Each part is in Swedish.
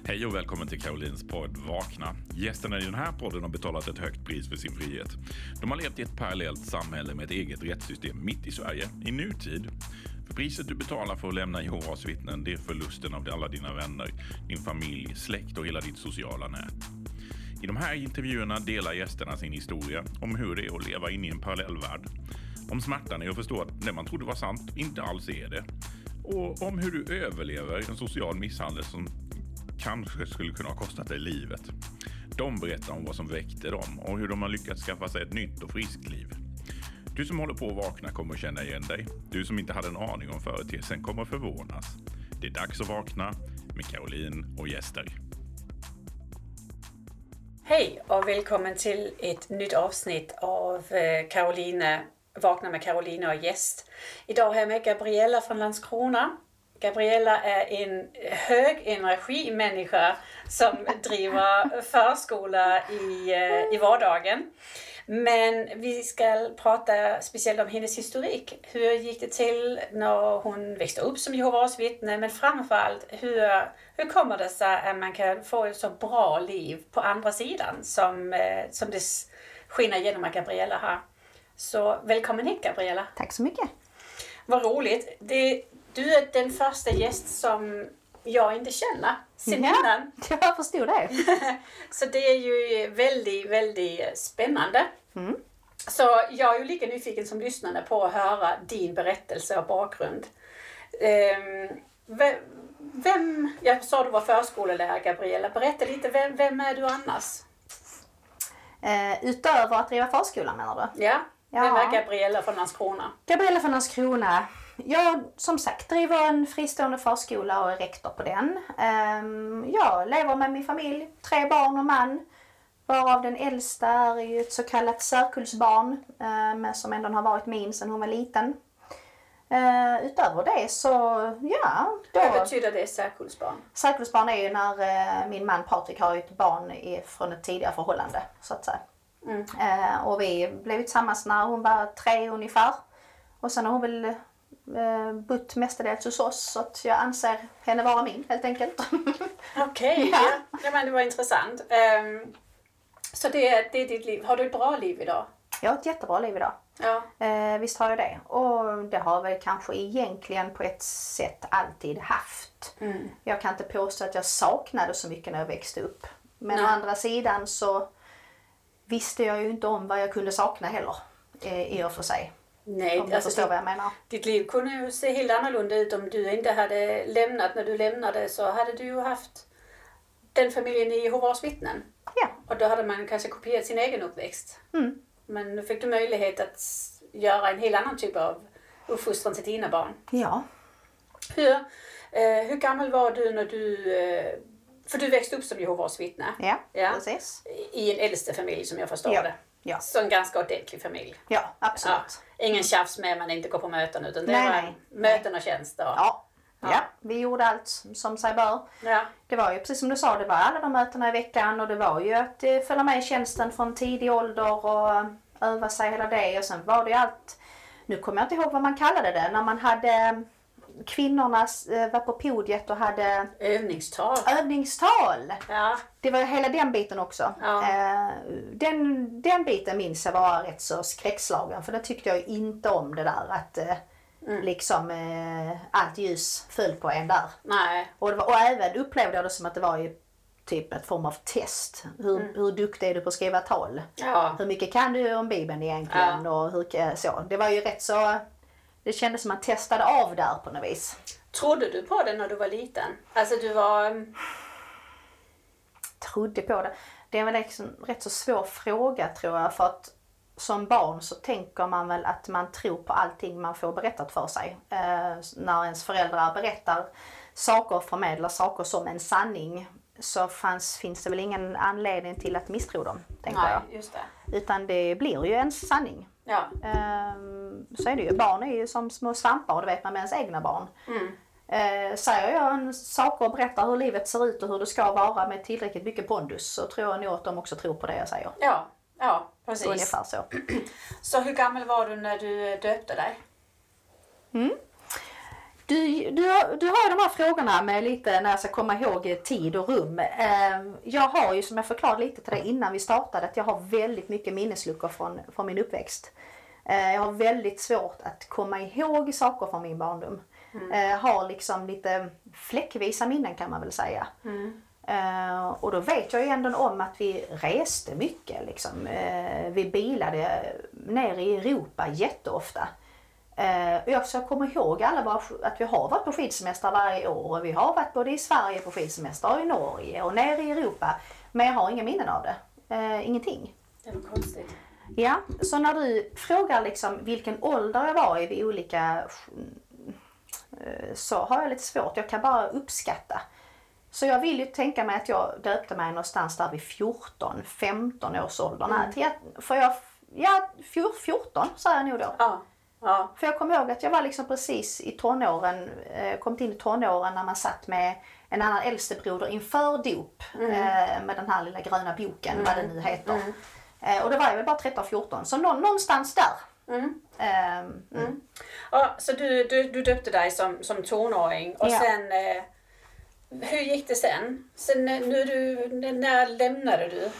Hej och välkommen till Karolins podd Vakna. Gästerna i den här podden har betalat ett högt pris för sin frihet. De har levt i ett parallellt samhälle med ett eget rättssystem mitt i Sverige, i nutid. För priset du betalar för att lämna Jehovas vittnen, det är förlusten av alla dina vänner, din familj, släkt och hela ditt sociala nät. I de här intervjuerna delar gästerna sin historia om hur det är att leva in i en parallellvärld. Om smärtan är att förstå att det man trodde var sant inte alls är det. Och om hur du överlever en social misshandel som kanske skulle kunna ha kostat dig livet. De berättar om vad som väckte dem och hur de har lyckats skaffa sig ett nytt och friskt liv. Du som håller på att vakna kommer att känna igen dig. Du som inte hade en aning om företeelsen kommer att förvånas. Det är dags att vakna med Karolin och gäster. Hej och välkommen till ett nytt avsnitt av Karoline, Vakna med Karoline och gäst. Idag har jag med Gabriella från Landskrona. Gabriella är en hög energimänniska som driver förskola i vardagen. Men vi ska prata speciellt om hennes historik. Hur gick det till när hon växte upp som Jehovas vittne? Men framförallt, hur kommer det sig att man kan få ett så bra liv på andra sidan som det skiner genom att Gabriella har. Så välkommen hit, Gabriella. Tack så mycket. Vad roligt. Du är den första gäst som jag inte känner sen innan. Jag förstod det. Så det är ju väldigt, väldigt spännande. Mm. Så jag är ju lika nyfiken som lyssnare på att höra din berättelse och bakgrund. Jag sa du var förskolelärare, Gabriella. Berätta lite, vem är du annars? Utöver att driva förskolan, menar du? Ja, vem är Gabriella från Landskrona? Gabriella från Landskrona. Jag som sagt driver en fristående förskola och är rektor på den. Jag lever med min familj, 3 barn och man. Varav den äldsta är ju ett så kallat särkullsbarn som ändå har varit min sedan hon var liten. Utöver det så, ja. Vad betyder det, särkullsbarn? Särkullsbarn är ju när min man Patrik har ett barn från ett tidigare förhållande, så att säga. Mm. Och vi blev tillsammans när hon var 3 ungefär. Och sen har hon väl bott mestadels hos oss, så att jag anser henne vara min, helt enkelt. Okej, ja, men det var intressant. Så det är ditt liv. Har du ett bra liv idag? Jag har ett jättebra liv idag. Ja. Visst har jag det. Och det har väl kanske egentligen på ett sätt alltid haft. Mm. Jag kan inte påstå att jag saknade så mycket när jag växte upp. Men å andra sidan så visste jag ju inte om vad jag kunde sakna heller, i och för sig. Nej, om du förstår vad jag menar. Ditt liv kunde ju se helt annorlunda ut om du inte hade lämnat. När du lämnade så hade du ju haft den familjen i Jehovas vittnen. Ja. Och då hade man kanske kopierat sin egen uppväxt. Mm. Men nu fick du möjlighet att göra en helt annan typ av uppfostran till dina barn. Ja. Hur gammal var du när du... För du växte upp som Jehovas vittne. Ja, precis. I en äldste familj som jag förstår det. Ja. Så en ganska ordentlig familj. Ja, absolut. Ja. Ingen tjafs med man inte går på möten, utan det var möten och tjänster. Ja, vi gjorde allt som sig bör. Ja. Det var ju precis som du sa, det var alla de mötena i veckan, och det var ju att följa med i tjänsten från tidig ålder och öva sig hela det. Och sen var det ju allt, nu kommer jag inte ihåg vad man kallade det, när man hade kvinnorna var på podiet och hade övningstal. Ja. Det var hela den biten också. Ja. Den biten minns jag var rätt så skräckslagen, för det tyckte jag inte om, det där att liksom allt ljus föll på en där. Nej. Och även upplevde jag det som att det var ju typ ett form av test. Hur duktig är du på att skriva tal? Ja. Hur mycket kan du om Bibeln egentligen? Ja. Och så. Det var ju rätt så... Det kändes som man testade av där på något vis. Trodde du på det när du var liten? Alltså du var... Trodde på det. Det är väl liksom rätt så svår fråga, tror jag. För att som barn så tänker man väl att man tror på allting man får berättat för sig. När ens föräldrar berättar saker och förmedlar saker som en sanning, så finns det väl ingen anledning till att misstro dem, tänker jag. Just det. Utan det blir ju en sanning. Ja. Så är det ju. Barn är ju som små svampar, och det vet man med ens egna barn. Säger jag en sak och berättar hur livet ser ut och hur det ska vara med tillräckligt mycket pondus, så tror jag nog att de också tror på det jag säger. Ja, precis. Så ungefär så. Så hur gammal var du när du döpte dig? Du har de här frågorna med lite när jag ska komma ihåg tid och rum. Jag har ju, som jag förklarade lite till dig innan vi startade, att jag har väldigt mycket minnesluckor från min uppväxt. Jag har väldigt svårt att komma ihåg saker från min barndom. Har liksom lite fläckvisa minnen kan man väl säga. Och då vet jag ju ändå om att vi reste mycket. Liksom. Vi bilade ner i Europa jätteofta. Jag ska komma ihåg att vi har varit på skidsemester varje år. Och vi har varit både i Sverige på skidsemester och i Norge och ner i Europa. Men jag har inga minnen av det. Ingenting. Det var konstigt. Ja, så när du frågar liksom vilken ålder jag var i vid olika, så har jag lite svårt. Jag kan bara uppskatta. Så jag vill ju tänka mig att jag döpte mig någonstans där vid 14-15 års åldern. För 14 sa jag nog då. Ja. För jag kommer ihåg att jag var liksom precis i tonåren, kommit in i tonåren när man satt med en annan äldstebroder inför dop. Med den här lilla gröna boken, vad det nu heter. Och det var jag väl bara 13-14, så någonstans där. Ja, så du döpte dig som tonåring och sen, hur gick det sen? När lämnade du?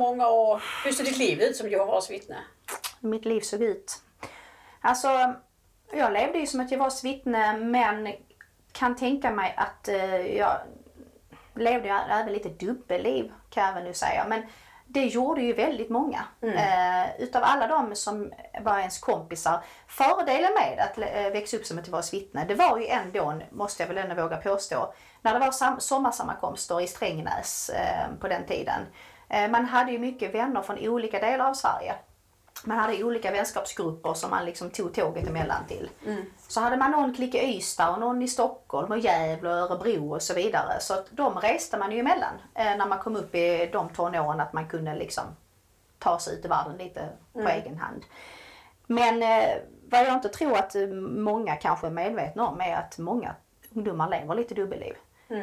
Hur ser ditt liv ut som Jehovas vittne? Mitt liv såg ut. Alltså, jag levde ju som ett Jehovas vittne, men kan tänka mig att jag levde även lite dubbelliv, kan jag väl nu säga. Men det gjorde ju väldigt många. Utav alla de som var ens kompisar. Fördelen med att växa upp som ett Jehovas vittne, det var ju ändå, måste jag väl ändå våga påstå, när det var sommarsammankomster i Strängnäs på den tiden. Man hade ju mycket vänner från olika delar av Sverige. Man hade olika vänskapsgrupper som man liksom tog tåget emellan till. Så hade man någon klick i Ystad och någon i Stockholm och Gävle och Örebro och så vidare. Så att de reste man ju emellan när man kom upp i de tonåren, att man kunde liksom ta sig ut i världen lite på egen hand. Men vad jag inte tror att många kanske är medvetna om är att många ungdomar lever lite dubbelliv.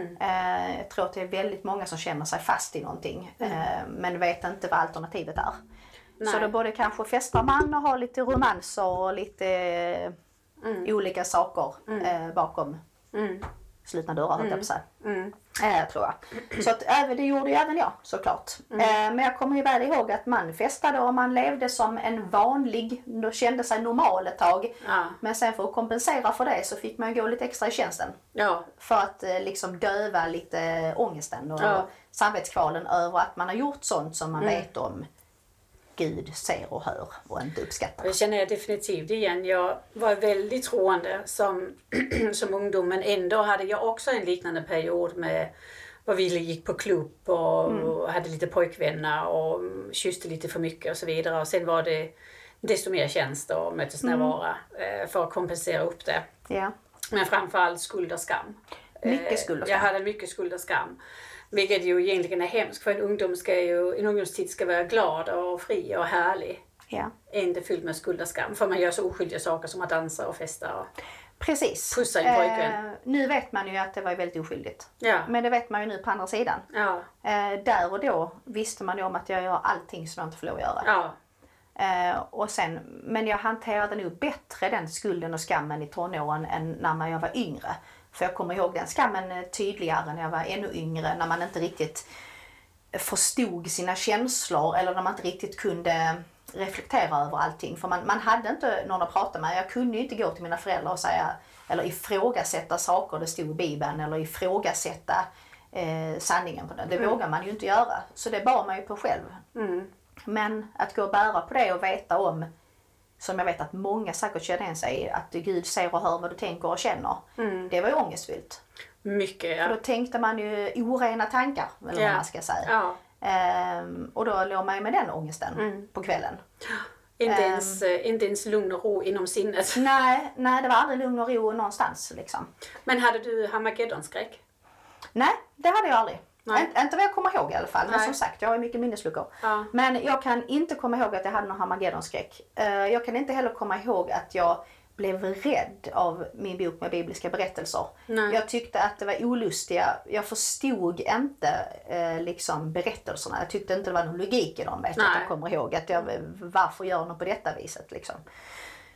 Jag tror att det är väldigt många som känner sig fast i någonting men vet inte vad alternativet är. Nej. Så då både kanske festar man och har lite romanser och lite olika saker bakom slutna dörrar, höll jag på att säga. Tror jag. Så att det gjorde ju även jag, såklart. Men jag kommer ju väl ihåg att man festade och man levde som en vanlig, då kände sig normal ett tag. Ja. Men sen för att kompensera för det så fick man gå lite extra i tjänsten. Ja. För att liksom döva lite ångesten och samvetskvalen över att man har gjort sånt som man vet om Gud ser och hör och inte uppskattar. Det känner jag definitivt igen. Jag var väldigt troende som ungdom, men ändå hade jag också en liknande period med vad vi gick på klubb och hade lite pojkvänner och kysste lite för mycket och så vidare. Och sen var det desto mer tjänst och möttes närvara för att kompensera upp det. Ja. Men framförallt skuld och skam. Mycket skuld och skam. Jag hade mycket skuld och skam. Vilket ju egentligen är hemskt, för en ungdomstid ska vara glad och fri och härlig. Ja. Inte fylld med skuld och skam. För man gör så oskyldiga saker som att dansa och festa och precis. Pussa en pojkvän. Nu vet man ju att det var väldigt oskyldigt. Ja. Men det vet man ju nu på andra sidan. Ja. Där och då visste man ju om att jag gör allting som jag inte får lov att göra. Ja. Men jag hanterade nog bättre den skulden och skammen i tonåren än när jag var yngre. För jag kommer ihåg den skammen tydligare när jag var ännu yngre, när man inte riktigt förstod sina känslor eller när man inte riktigt kunde reflektera över allting. För man hade inte någon att prata med. Jag kunde ju inte gå till mina föräldrar och säga, eller ifrågasätta saker det stod i Bibeln, eller ifrågasätta sanningen på det. Det vågar man ju inte göra. Så det bar man ju på själv. Men att gå och bära på det och veta om, som jag vet att många säkert känner igen sig, att Gud ser och hör vad du tänker och känner. Det var ju ångestfyllt. Mycket, ja. För då tänkte man ju orena tankar, eller vad man ska säga. Ja. Och då låg man ju med den ångesten på kvällen. Inte ens lugn och ro inom sinnet. Nej, det var aldrig lugn och ro någonstans. Liksom. Men hade du Harmagedonskräck? Nej, det hade jag aldrig. Inte vad jag kommer ihåg i alla fall. Men som sagt, jag har mycket minnesluckor. Ja. Men jag kan inte komma ihåg att jag hade någon Harmagedonskräck. Jag kan inte heller komma ihåg att jag blev rädd av min bok med bibliska berättelser. Nej. Jag tyckte att det var olustiga. Jag förstod inte liksom berättelserna. Jag tyckte inte det var någon logik i dem. Att jag kommer ihåg att varför gör de på detta viset liksom.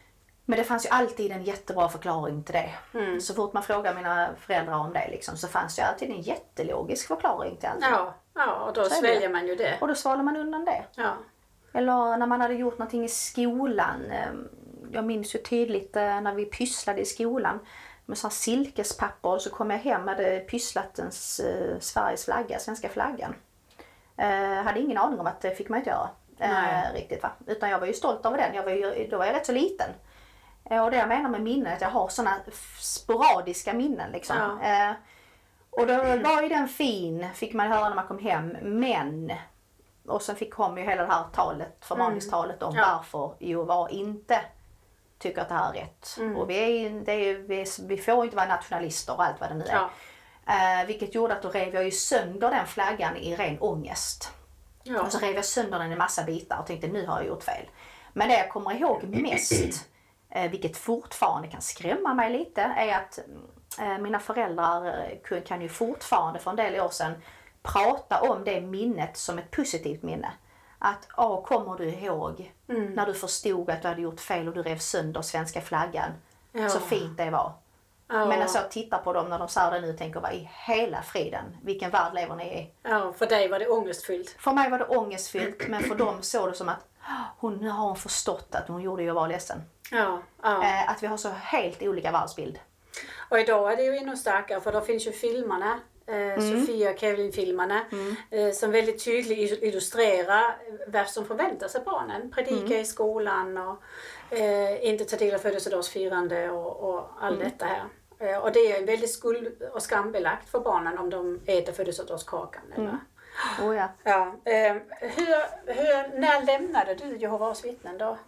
Men det fanns ju alltid en jättebra förklaring till det. Så fort man frågar mina föräldrar om det liksom, så fanns ju alltid en jättelogisk förklaring till allt. Ja, och då sväljer man ju det. Och då svalde man undan det. Ja. Eller när man hade gjort någonting i skolan. Jag minns ju tydligt när vi pysslade i skolan med sån silkespapper, så kom jag hem och hade pysslat Sveriges flagga, svenska flaggan. Hade ingen aning om att det fick man inte göra. Riktigt, va? Utan jag var ju stolt över den. Då var jag rätt så liten. Och det jag menar med minnen, att jag har såna sporadiska minnen liksom. Ja. Och då var ju den fin, fick man höra när man kom hem. Men, och sen kom ju hela det här talet, förmaningstalet om varför jag inte tycker att det här är rätt. Och vi får inte vara nationalister och allt vad det nu är. Ja. Vilket gjorde att då rev jag ju sönder den flaggan i ren ångest. Ja. Och så rev jag sönder den i massa bitar och tänkte, nu har jag gjort fel. Men det jag kommer ihåg mest, vilket fortfarande kan skrämma mig lite, är att mina föräldrar kan ju fortfarande för en del år sedan prata om det minnet som ett positivt minne. Att, kommer du ihåg när du förstod att du hade gjort fel och du rev sönder svenska flaggan, så fint det var. Men alltså jag tittar på dem när de säger det nu och tänker, vad i hela friden, vilken värld lever ni i? Ja, för dig var det ångestfyllt. För mig var det ångestfyllt, men för dem såg det som att nu har hon förstått att hon gjorde ju var ledsen. Att vi har så helt olika världsbild. Och idag är det ju ännu starkare, för då finns ju filmerna, Sofia och Kevin-filmerna, som väldigt tydligt illustrerar vad som förväntar sig barnen. Predika i skolan och inte ta del av födelsedagsfirande och allt detta här. Och det är väldigt skuld- och skambelagt för barnen om de äter födelsedagskakan. Eller? När lämnade du Jehovas vittnen då?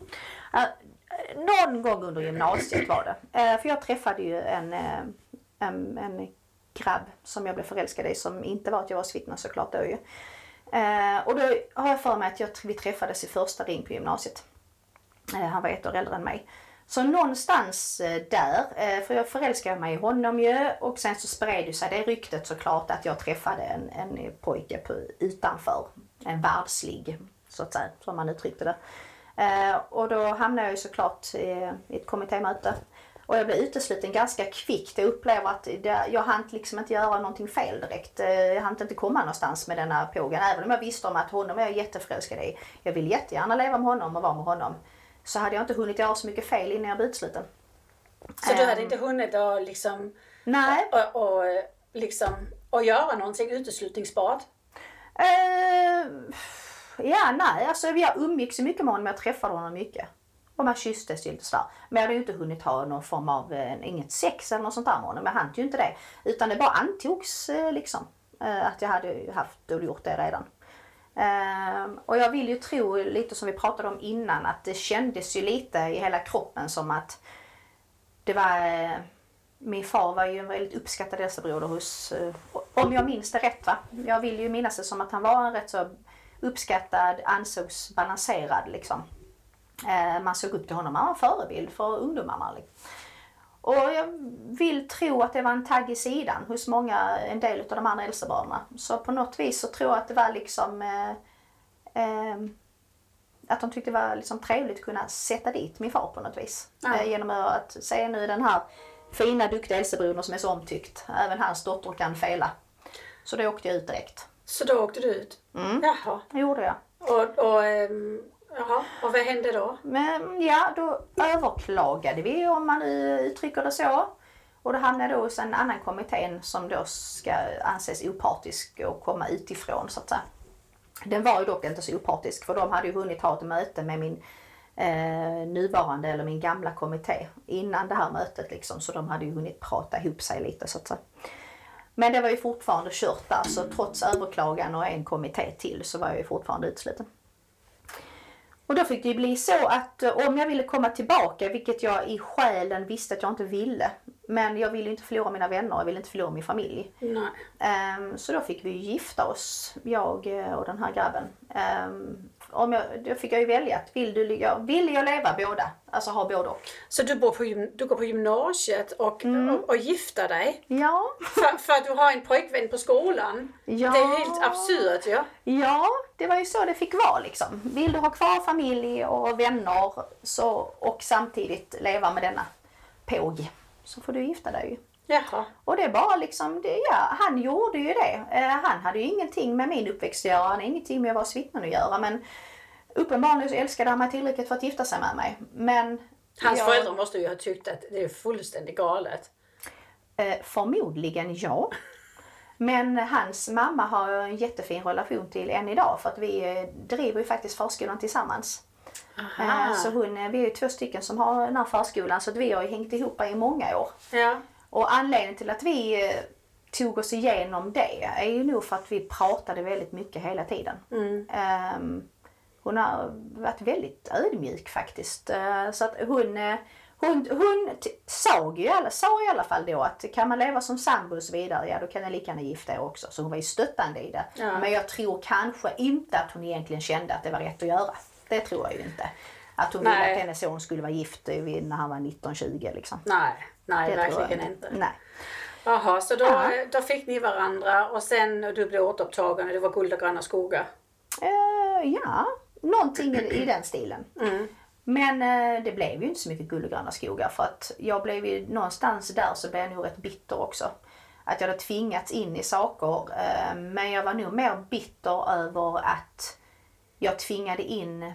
Någon gång under gymnasiet var det. För jag träffade ju en grabb som jag blev förälskad i, som inte var ett Jehovas vittnen såklart då ju. Och då har jag för mig att vi träffades i första ring på gymnasiet. Han var 1 år äldre än mig. Så någonstans där, för jag förälskade mig i honom ju, och sen så spred ju sig det ryktet såklart att jag träffade en pojke utanför, en världslig så att säga, som man uttryckte det. Och då hamnade jag ju såklart i ett kommittémöte. Och jag blev utesluten ganska kvickt. Jag upplever att jag hann liksom inte göra någonting fel direkt. Jag hann inte komma någonstans med denna pågen. Även om jag visste om att honom är jag jätteförälskad i. Jag vill jättegärna leva med honom och vara med honom. Så hade jag inte hunnit göra så mycket fel innan jag blev utesluten. Så du hade inte hunnit att liksom... Nej. Och göra någonting uteslutningsbart? Alltså jag umgicks så mycket med honom, jag träffade honom mycket. Och man kysstes ju lite sådär. Men jag hade ju inte hunnit ha någon form av, inget sex eller något sånt där med honom. Jag hann ju inte det. Utan det bara antogs liksom. Att jag hade haft och gjort det redan. Och jag vill ju tro, lite som vi pratade om innan, att det kändes ju lite i hela kroppen som att det var... Min far var ju en väldigt uppskattad äldstebroder hos... Om jag minns det rätt, va? Jag vill ju minnas det som att han var en rätt så uppskattad, ansågs balanserad liksom. Man såg upp till honom, han var en förebild för ungdomarna. Och jag vill tro att det var en tagg i sidan hos en del av de andra äldstebarnen. Så på något vis så tror jag att det var liksom att de tyckte det var liksom trevligt att kunna sätta dit min far på något vis. Genom att säga nu den här fina, duktiga äldstebrodern som är så omtyckt. Även hans dotter kan fela. Så då åkte jag ut direkt. Så då åkte du ut? Jaha. Det gjorde jag. Och vad hände då? Men då överklagade vi, om man uttrycker det så. Och det hamnade då hos en annan kommitté som då ska anses opartisk och komma utifrån så att säga. Den var ju dock inte så opartisk, för de hade ju hunnit ha ett möte med min nuvarande eller min gamla kommitté innan det här mötet liksom. Så de hade ju hunnit prata ihop sig lite så att säga. Men det var ju fortfarande kört där, så trots överklagan och en kommitté till så var jag ju fortfarande utsluten. Och då fick det bli så att om jag ville komma tillbaka, vilket jag i själen visste att jag inte ville, men jag ville inte förlora mina vänner, jag ville inte förlora min familj. Nej. Så då fick vi gifta oss, jag och den här grabben. då fick jag ju välja att vill jag leva båda, alltså ha både och. Så du går på gymnasiet och gifter dig? Ja. För att du har en pojkvän på skolan? Ja. Det är helt absurt, ja. Ja, det var ju så det fick vara liksom. Vill du ha kvar familj och vänner och samtidigt leva med denna påg, så får du gifta dig ju. Jaha. Och det var liksom, han gjorde ju det. Han hade ju ingenting med min uppväxt att göra, han hade ingenting med att vara vittnen att göra, men uppenbarligen så älskade han mig tillräckligt för att gifta sig med mig. Men hans föräldrar måste ju ha tyckt att det är fullständigt galet. Förmodligen ja. Men hans mamma har en jättefin relation till än idag, för att vi driver ju faktiskt förskolan tillsammans. Så vi är ju 2 stycken som har den här förskolan, så att vi har ju hängt ihop i många år. Ja. Och anledningen till att vi tog oss igenom det är ju nog för att vi pratade väldigt mycket hela tiden. Hon har varit väldigt ödmjuk faktiskt. Så att hon sa i alla fall då att kan man leva som sambo och så vidare, ja då kan jag lika gärna gifta er också. Så hon var ju stöttande i det. Ja. Men jag tror kanske inte att hon egentligen kände att det var rätt att göra. Det tror jag ju inte. Att hon ville att hennes son skulle vara gift när han var 19-20 liksom. Nej, det verkligen inte. Nej. Jaha, så då fick ni varandra och sen du blev återupptagen och det var guld och gröna skogar? Ja, någonting i den stilen. Men det blev ju inte så mycket guld och gröna skogar, för att jag blev ju någonstans där så blev jag nog rätt bitter också. Att jag hade tvingats in i saker, men jag var nog mer bitter över att jag tvingade in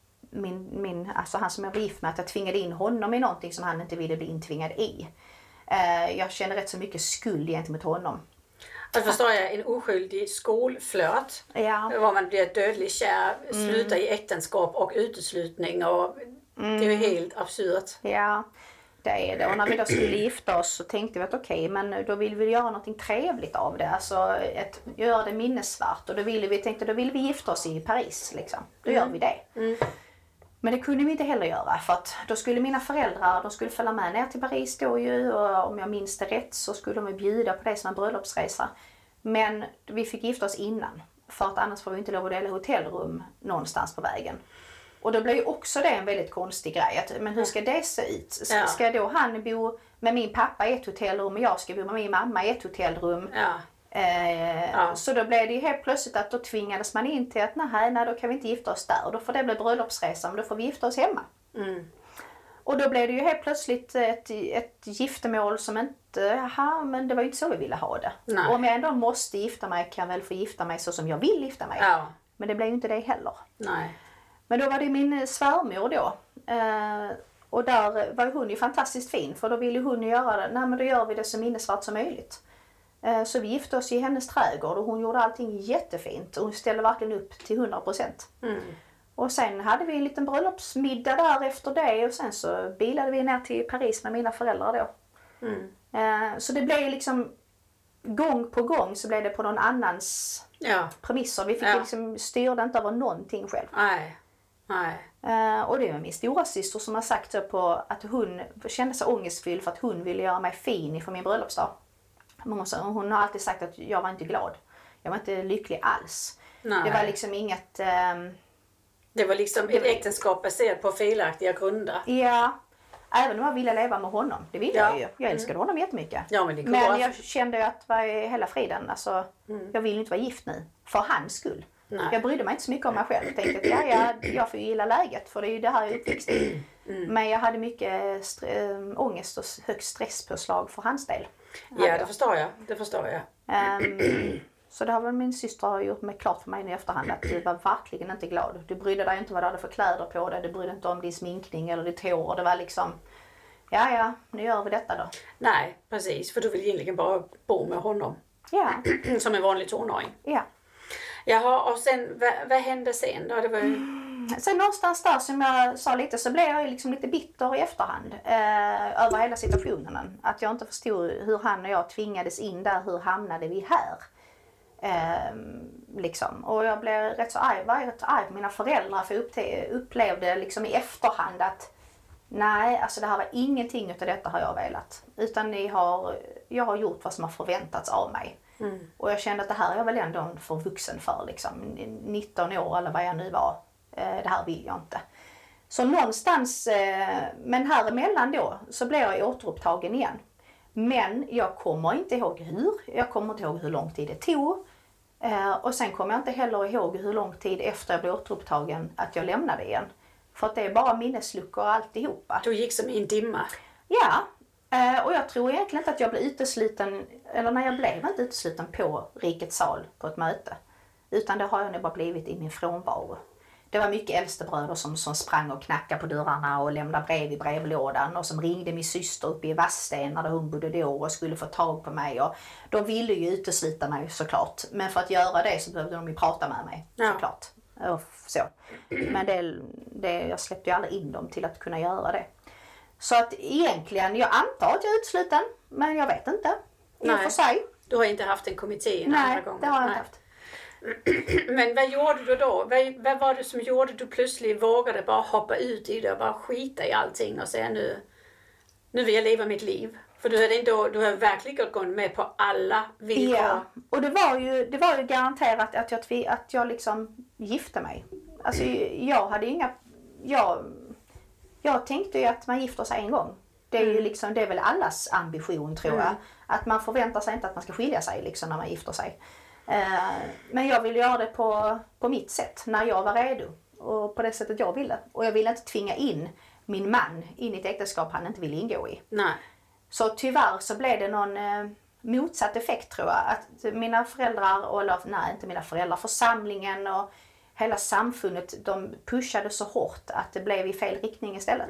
alltså han som jag var gift med, att jag tvingade in honom i någonting som han inte ville bli intvingad i. Jag känner rätt så mycket skuld gentemot honom. Alltså förstår jag, en oskyldig skolflört. Ja. Var man blir dödlig kär, sluta i äktenskap och uteslutning. Och det är ju helt absurt. Ja, det är det. Och när vi då skulle gifta oss så tänkte vi att okej, men då vill vi göra någonting trevligt av det. Alltså göra det minnesvärt. Och då vill vi gifta oss i Paris liksom. Då gör vi det. Men det kunde vi inte heller göra, för att då skulle mina föräldrar, de skulle följa med ner till Paris då ju, och om jag minns det rätt så skulle de bjuda på det som en bröllopsresa. Men vi fick gifta oss innan, för att annars får vi inte lov att dela hotellrum någonstans på vägen. Och då blir ju också det en väldigt konstig grej, men hur ska det se ut? Ska då han bo med min pappa i ett hotellrum och jag ska bo med min mamma i ett hotellrum? Ja. Så då blev det ju helt plötsligt att då tvingades man in till att nej, då kan vi inte gifta oss där. Och då får det bli bröllopsresa, men då får vi gifta oss hemma. Och då blev det ju helt plötsligt ett giftermål som inte, men det var ju inte så vi ville ha det. Och om jag ändå måste gifta mig kan jag väl få gifta mig så som jag vill gifta mig. Ja. Men det blev ju inte det heller. Nej. Men då var det min svärmor då. Och där var hon ju fantastiskt fin, för då ville hon göra det. Nej, men då gör vi det så minnesvärt som möjligt. Så vi gifte oss i hennes trädgård och hon gjorde allting jättefint. Och hon ställde verkligen upp till 100%. Och sen hade vi en liten bröllopsmiddag där efter det. Och sen så bilade vi ner till Paris med mina föräldrar då. Så det blev liksom gång på gång så blev det på någon annans premisser. Vi fick liksom styrde inte över någonting själv. Nej. Och det är min stora syster som har sagt så på att hon kände sig ångestfylld för att hon ville göra mig fin för min bröllopsdag. Hon har alltid sagt att jag var inte glad. Jag var inte lycklig alls. Nej. Det var liksom inget... det var liksom ett äktenskap baserat på felaktiga grunder. Ja, även om jag ville leva med honom. Det ville jag ju. Jag älskade honom jättemycket. Ja, men jag kände ju att vad är hela friden? Alltså, jag vill inte vara gift nu. För hans skull. Nej. Jag brydde mig inte så mycket om mig själv. Jag tänkte att jag får gilla läget. För det är ju det här jag är uppväxt i. Men jag hade mycket ångest och högt stresspåslag för hans del. Ja, det förstår jag. Så det har väl min syster gjort mig klart för mig i efterhand att du var verkligen inte glad. Du brydde dig inte vad du hade för kläder på dig. Du brydde inte om din sminkning eller ditt hår. Det var liksom, ja, nu gör vi detta då. Nej, precis. För du vill egentligen bara bo med honom. Ja. Som en vanlig tonåring. Ja. Jaha, och sen, vad hände sen då? Det var ju... Sen någonstans där som jag sa lite så blev jag liksom lite bitter i efterhand över hela situationen. Att jag inte förstod hur han och jag tvingades in där, hur hamnade vi här? Liksom. Och jag blev rätt så arg på mina föräldrar för jag upplevde liksom i efterhand att nej, alltså det här var ingenting utav detta har jag velat. Utan jag har gjort vad som har förväntats av mig. Och jag kände att det här är jag väl ändå för vuxen för liksom. 19 år eller vad jag nu var. det här vill jag inte. Så någonstans, men här emellan då så blev jag återupptagen igen. Men jag kommer inte ihåg hur lång tid det tog. Och sen kommer jag inte heller ihåg hur lång tid efter jag blev återupptagen att jag lämnade igen. För att det är bara minnesluckor och alltihopa. Du gick som i en dimma. Ja, och jag tror egentligen inte att jag blev utesluten, eller när jag blev inte utesluten på Rikets sal på ett möte. Utan det har jag nog bara blivit i min frånvaro. Det var mycket äldstebröder som sprang och knackade på dörrarna och lämnade brev i brevlådan. Och som ringde min syster uppe i Vadstena där hon bodde då och skulle få tag på mig. Och de ville ju utesluta mig såklart. Men för att göra det så behövde de ju prata med mig såklart. Och så. Men jag släppte ju aldrig in dem till att kunna göra det. Så att egentligen, jag antar att jag är utesluten. Men jag vet inte. I och för sig. Du har inte haft en kommitté en andra gång? Nej, det har jag inte haft. Men vad gjorde du då? Vad var det som gjorde att du plötsligt vågade bara hoppa ut i det och bara skita i allting och säga nu vill jag leva mitt liv? För du har verkligen gått med på alla villkor. Ja, och det var ju garanterat att jag liksom gifte mig. Alltså jag hade jag tänkte ju att man gifter sig en gång. Det är ju liksom, det är väl allas ambition tror jag. Att man förväntar sig inte att man ska skilja sig liksom när man gifter sig. Men jag ville göra det på mitt sätt när jag var redo och på det sättet jag ville. Och jag ville inte tvinga in min man in i ett äktenskap han inte ville ingå i. Nej. Så tyvärr så blev det någon motsatt effekt tror jag. Att mina föräldrar, inte mina föräldrar, församlingen och hela samfundet, de pushade så hårt att det blev i fel riktning istället.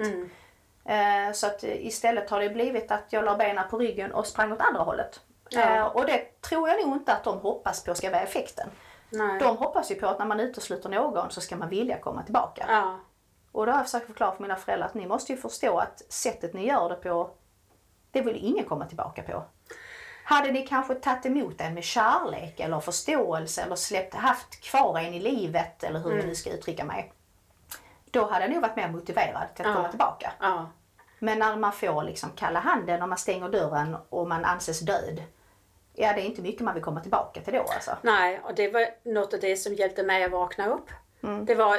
Så att istället har det blivit att jag la benen på ryggen och sprang åt andra hållet. Och det tror jag nog inte att de hoppas på ska vara effekten. Nej. De hoppas ju på att när man utesluter någon så ska man vilja komma tillbaka. Ja. Och då har jag försökt förklara för mina föräldrar att ni måste ju förstå att sättet ni gör det på, det vill ingen komma tillbaka på. Hade ni kanske tagit emot en med kärlek eller förståelse eller haft kvar en i livet eller hur jag nu ska uttrycka mig. Då hade jag nog varit mer motiverad till att komma tillbaka. Ja. Men när man får liksom kalla handen och man stänger dörren och man anses död. Ja, det är inte mycket man vill komma tillbaka till då alltså. Nej, och det var något av det som hjälpte mig att vakna upp. Det var,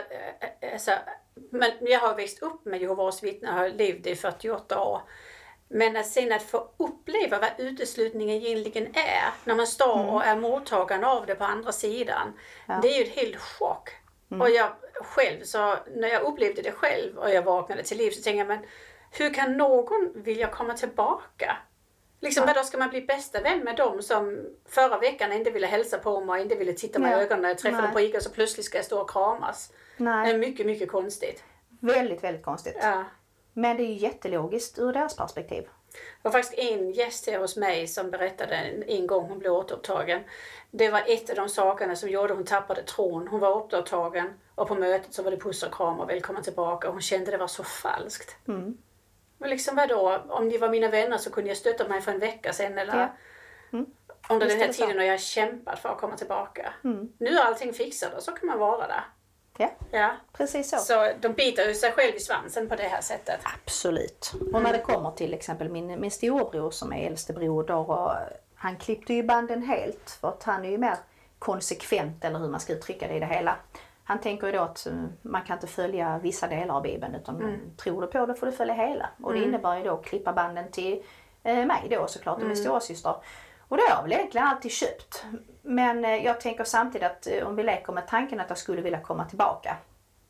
men jag har växt upp med Jehovas vittnen och har levt i 48 år. Men att få uppleva vad uteslutningen egentligen är. När man står och är mottagande av det på andra sidan. Ja. Det är ju ett helt chock. Och jag själv, så när jag upplevde det själv och jag vaknade till liv så tänkte jag, men hur kan någon vilja komma tillbaka? Liksom, då ska man bli bästa vän med dem som förra veckan inte ville hälsa på mig och inte ville titta mig i ögonen när jag träffade dem på ICA, så plötsligt ska jag stå och kramas. Nej. Det är mycket, mycket konstigt. Väldigt, väldigt konstigt. Ja. Men det är ju jättelogiskt ur deras perspektiv. Det var faktiskt en gäst här hos mig som berättade en gång hon blev återupptagen. Det var ett av de sakerna som gjorde hon tappade tron. Hon var återupptagen och på mötet så var det puss och kram och välkommen tillbaka. Och hon kände det var så falskt. Men liksom vadå? Om ni var mina vänner så kunde jag stötta mig för en vecka sedan eller under den här tiden och jag har kämpat för att komma tillbaka. Nu är allting fixat och så kan man vara där. Ja, precis så. Så de biter ju sig själv i svansen på det här sättet. Absolut. Och när det kommer till exempel min storebror som är äldste broder, och han klippte ju banden helt för att han är ju mer konsekvent, eller hur man ska uttrycka det i det hela. Han tänker ju då att man kan inte följa vissa delar av Bibeln utan tror du på det får du följa hela. Och det innebär ju då att klippa banden till mig då såklart och min storasyster. Och det har jag väl egentligen alltid köpt. Men jag tänker samtidigt att om vi leker med tanken att jag skulle vilja komma tillbaka.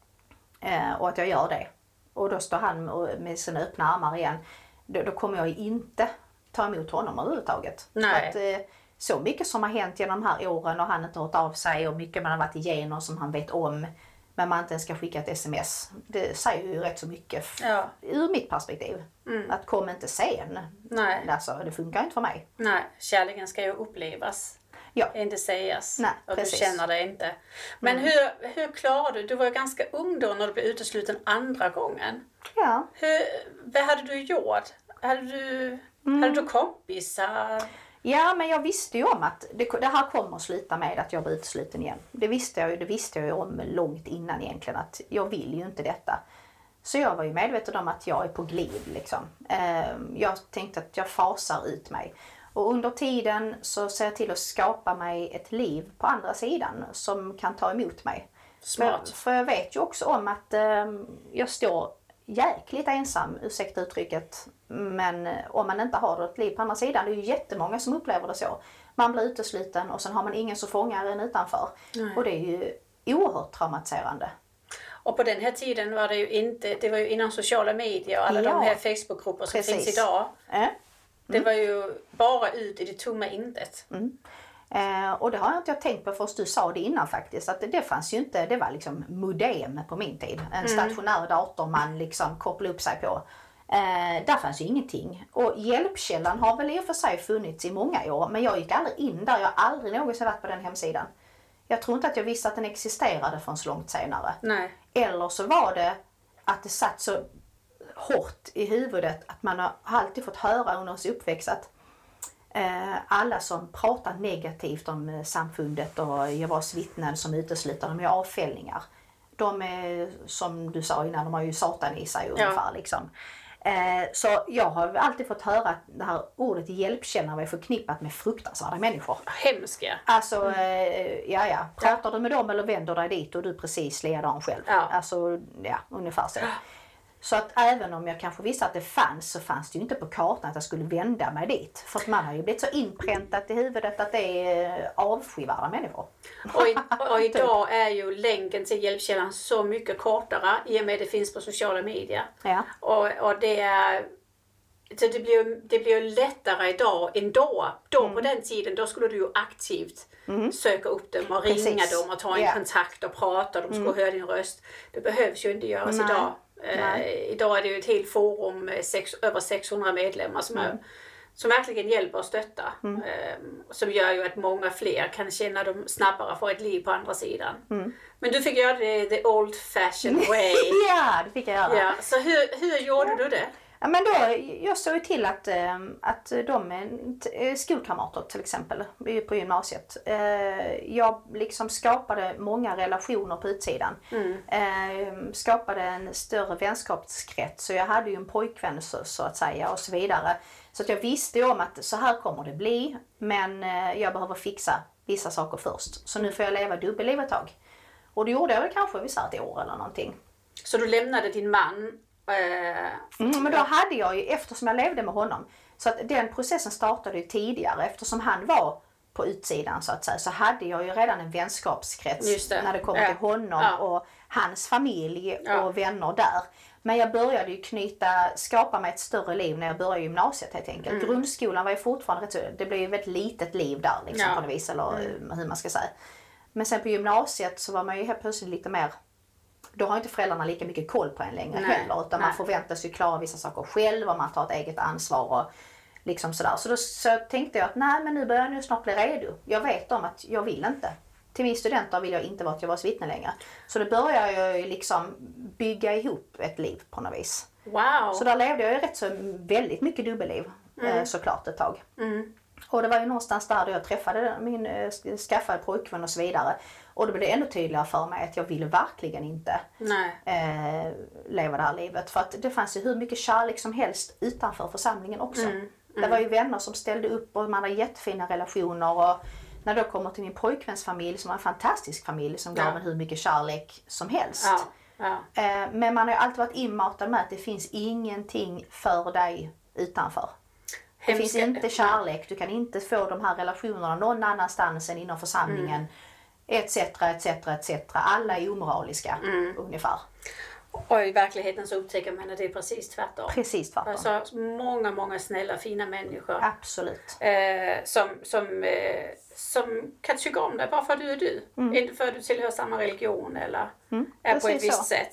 Och att jag gör det. Och då står han med sina öppna armar igen. Då kommer jag inte ta emot honom överhuvudtaget. Nej. För att, så mycket som har hänt genom de här åren och han inte hört av sig och mycket man har varit igenom som han vet om. Men man inte ens ska skicka ett sms. Det säger ju rätt så mycket ur mitt perspektiv. Att kom inte sen. Nej. Alltså, det funkar inte för mig. Nej, kärleken ska ju upplevas. Ja. Inte sägas. Nej, och precis. du känner det inte. Men hur klarar du? Du var ju ganska ung då när du blev utesluten andra gången. Ja. Vad hade du gjort? Hade du kompisar? Ja, men jag visste ju om att det här kommer att sluta med att jag blir utesluten igen. Det visste jag ju om långt innan egentligen, att jag vill ju inte detta. Så jag var ju medveten om att jag är på glid liksom. Jag tänkte att jag fasar ut mig. Och under tiden så ser jag till att skapa mig ett liv på andra sidan som kan ta emot mig. Smart. För jag vet ju också om att jag står jäkligt ensam, ursäkta uttrycket. Men om man inte har ett liv på andra sidan, det är ju jättemånga som upplever det så. Man blir utesluten och sen har man ingen som fångar en utanför. Nej. Och det är ju oerhört traumatiserande. Och på den här tiden var det ju inte, det var ju inom sociala medier och alla de här Facebookgrupper som finns idag. Det var ju bara ut i det tomma intet. Och det har jag inte tänkt på först du sa det innan faktiskt. Att det fanns ju inte, det var liksom modem på min tid. En stationär dator man liksom kopplade upp sig på. Där fanns ju ingenting. Och hjälpkällan har väl i och för sig funnits i många år. Men jag gick aldrig in där, jag har aldrig någonsin varit på den hemsidan. Jag tror inte att jag visste att den existerade förrän så långt senare. Nej. Eller så var det att det satt så hårt i huvudet att man har alltid fått höra under sin uppväxt att alla som pratar negativt om samfundet och Jehovas vittnen som utesluter, de är avfällningar. De är, som du sa innan, de har ju satan i sig ungefär liksom. Så jag har alltid fått höra att det här ordet hjälpkännare var förknippat med fruktansvärda människor. Hemska. Alltså, pratar du med dem eller vänder dig dit och du precis ledan själv. Alltså, ungefär så. Så att även om jag kanske visste att det fanns, så fanns det ju inte på kartan att jag skulle vända mig dit. För att man har ju blivit så inpräntat i huvudet att det är avskyvärda människor. Och idag är ju länken till hjälpkällan så mycket kortare i och med att det finns på sociala medier. Ja. Och det är... Så det blir ju lättare idag än då. På den tiden, då skulle du ju aktivt söka upp dem och ringa dem och ta en kontakt och prata. De skulle höra din röst. Det behövs ju inte göras idag. Idag är det ju ett helt forum med över 600 medlemmar som verkligen hjälper och stöttar. Som gör ju att många fler kan känna dem snabbare för ett liv på andra sidan. Men du fick göra det the old fashioned way. Ja, det fick jag göra. Ja, så hur gjorde du det? Ja, men då, jag såg till att de skolkamrater till exempel på gymnasiet. Jag liksom skapade många relationer på utsidan. Skapade en större vänskapskrets. Så jag hade ju en pojkvän så att säga och så vidare. Så att jag visste ju om att så här kommer det bli. Men jag behöver fixa vissa saker först. Så nu får jag leva dubbelliv ett tag. Och det gjorde jag väl kanske ett år eller någonting. Så du lämnade din man? Men då hade jag ju, eftersom jag levde med honom, så att den processen startade ju tidigare, eftersom han var på utsidan så att säga, så hade jag ju redan en vänskapskrets när det kom till honom och hans familj och vänner där. Men jag började ju skapa mig ett större liv när jag började gymnasiet helt enkelt. Grundskolan var ju fortfarande det blev ju ett litet liv där liksom på något vis, eller hur man ska säga. Men sen på gymnasiet så var man ju helt plötsligt lite mer. Då har inte föräldrarna lika mycket koll på en längre heller. Utan man förväntas ju klara vissa saker själv och man tar ett eget ansvar och liksom sådär. Så tänkte jag att men nu börjar jag nu snart bli redo. Jag vet om att jag vill inte. Till min studenter vill jag inte vara ett Jehovas vittne längre. Så då började jag ju liksom bygga ihop ett liv på något vis. Wow. Så där levde jag ju väldigt mycket dubbelliv såklart ett tag. Och det var ju någonstans där jag träffade min skaffade pojkvän och så vidare. Och då blev det ännu tydligare för mig att jag ville verkligen inte leva det här livet. För att det fanns ju hur mycket kärlek som helst utanför församlingen också. Det var ju vänner som ställde upp och man hade jättefina relationer. Och när jag kommer till min pojkväns familj som var en fantastisk familj som gav en hur mycket kärlek som helst. Men man har ju alltid varit inmatad med att det finns ingenting för dig utanför. Det finns inte kärlek, du kan inte få de här relationerna någon annanstans än inom församlingen. Etc. Alla är omoraliska ungefär. Och i verkligheten så upptäcker man att det är precis tvärtom. Precis tvärtom. Alltså många snälla, fina människor. Absolut. Som kan tycka om dig bara för att du är du. Inte för att du tillhör samma religion eller är på ett visst sätt.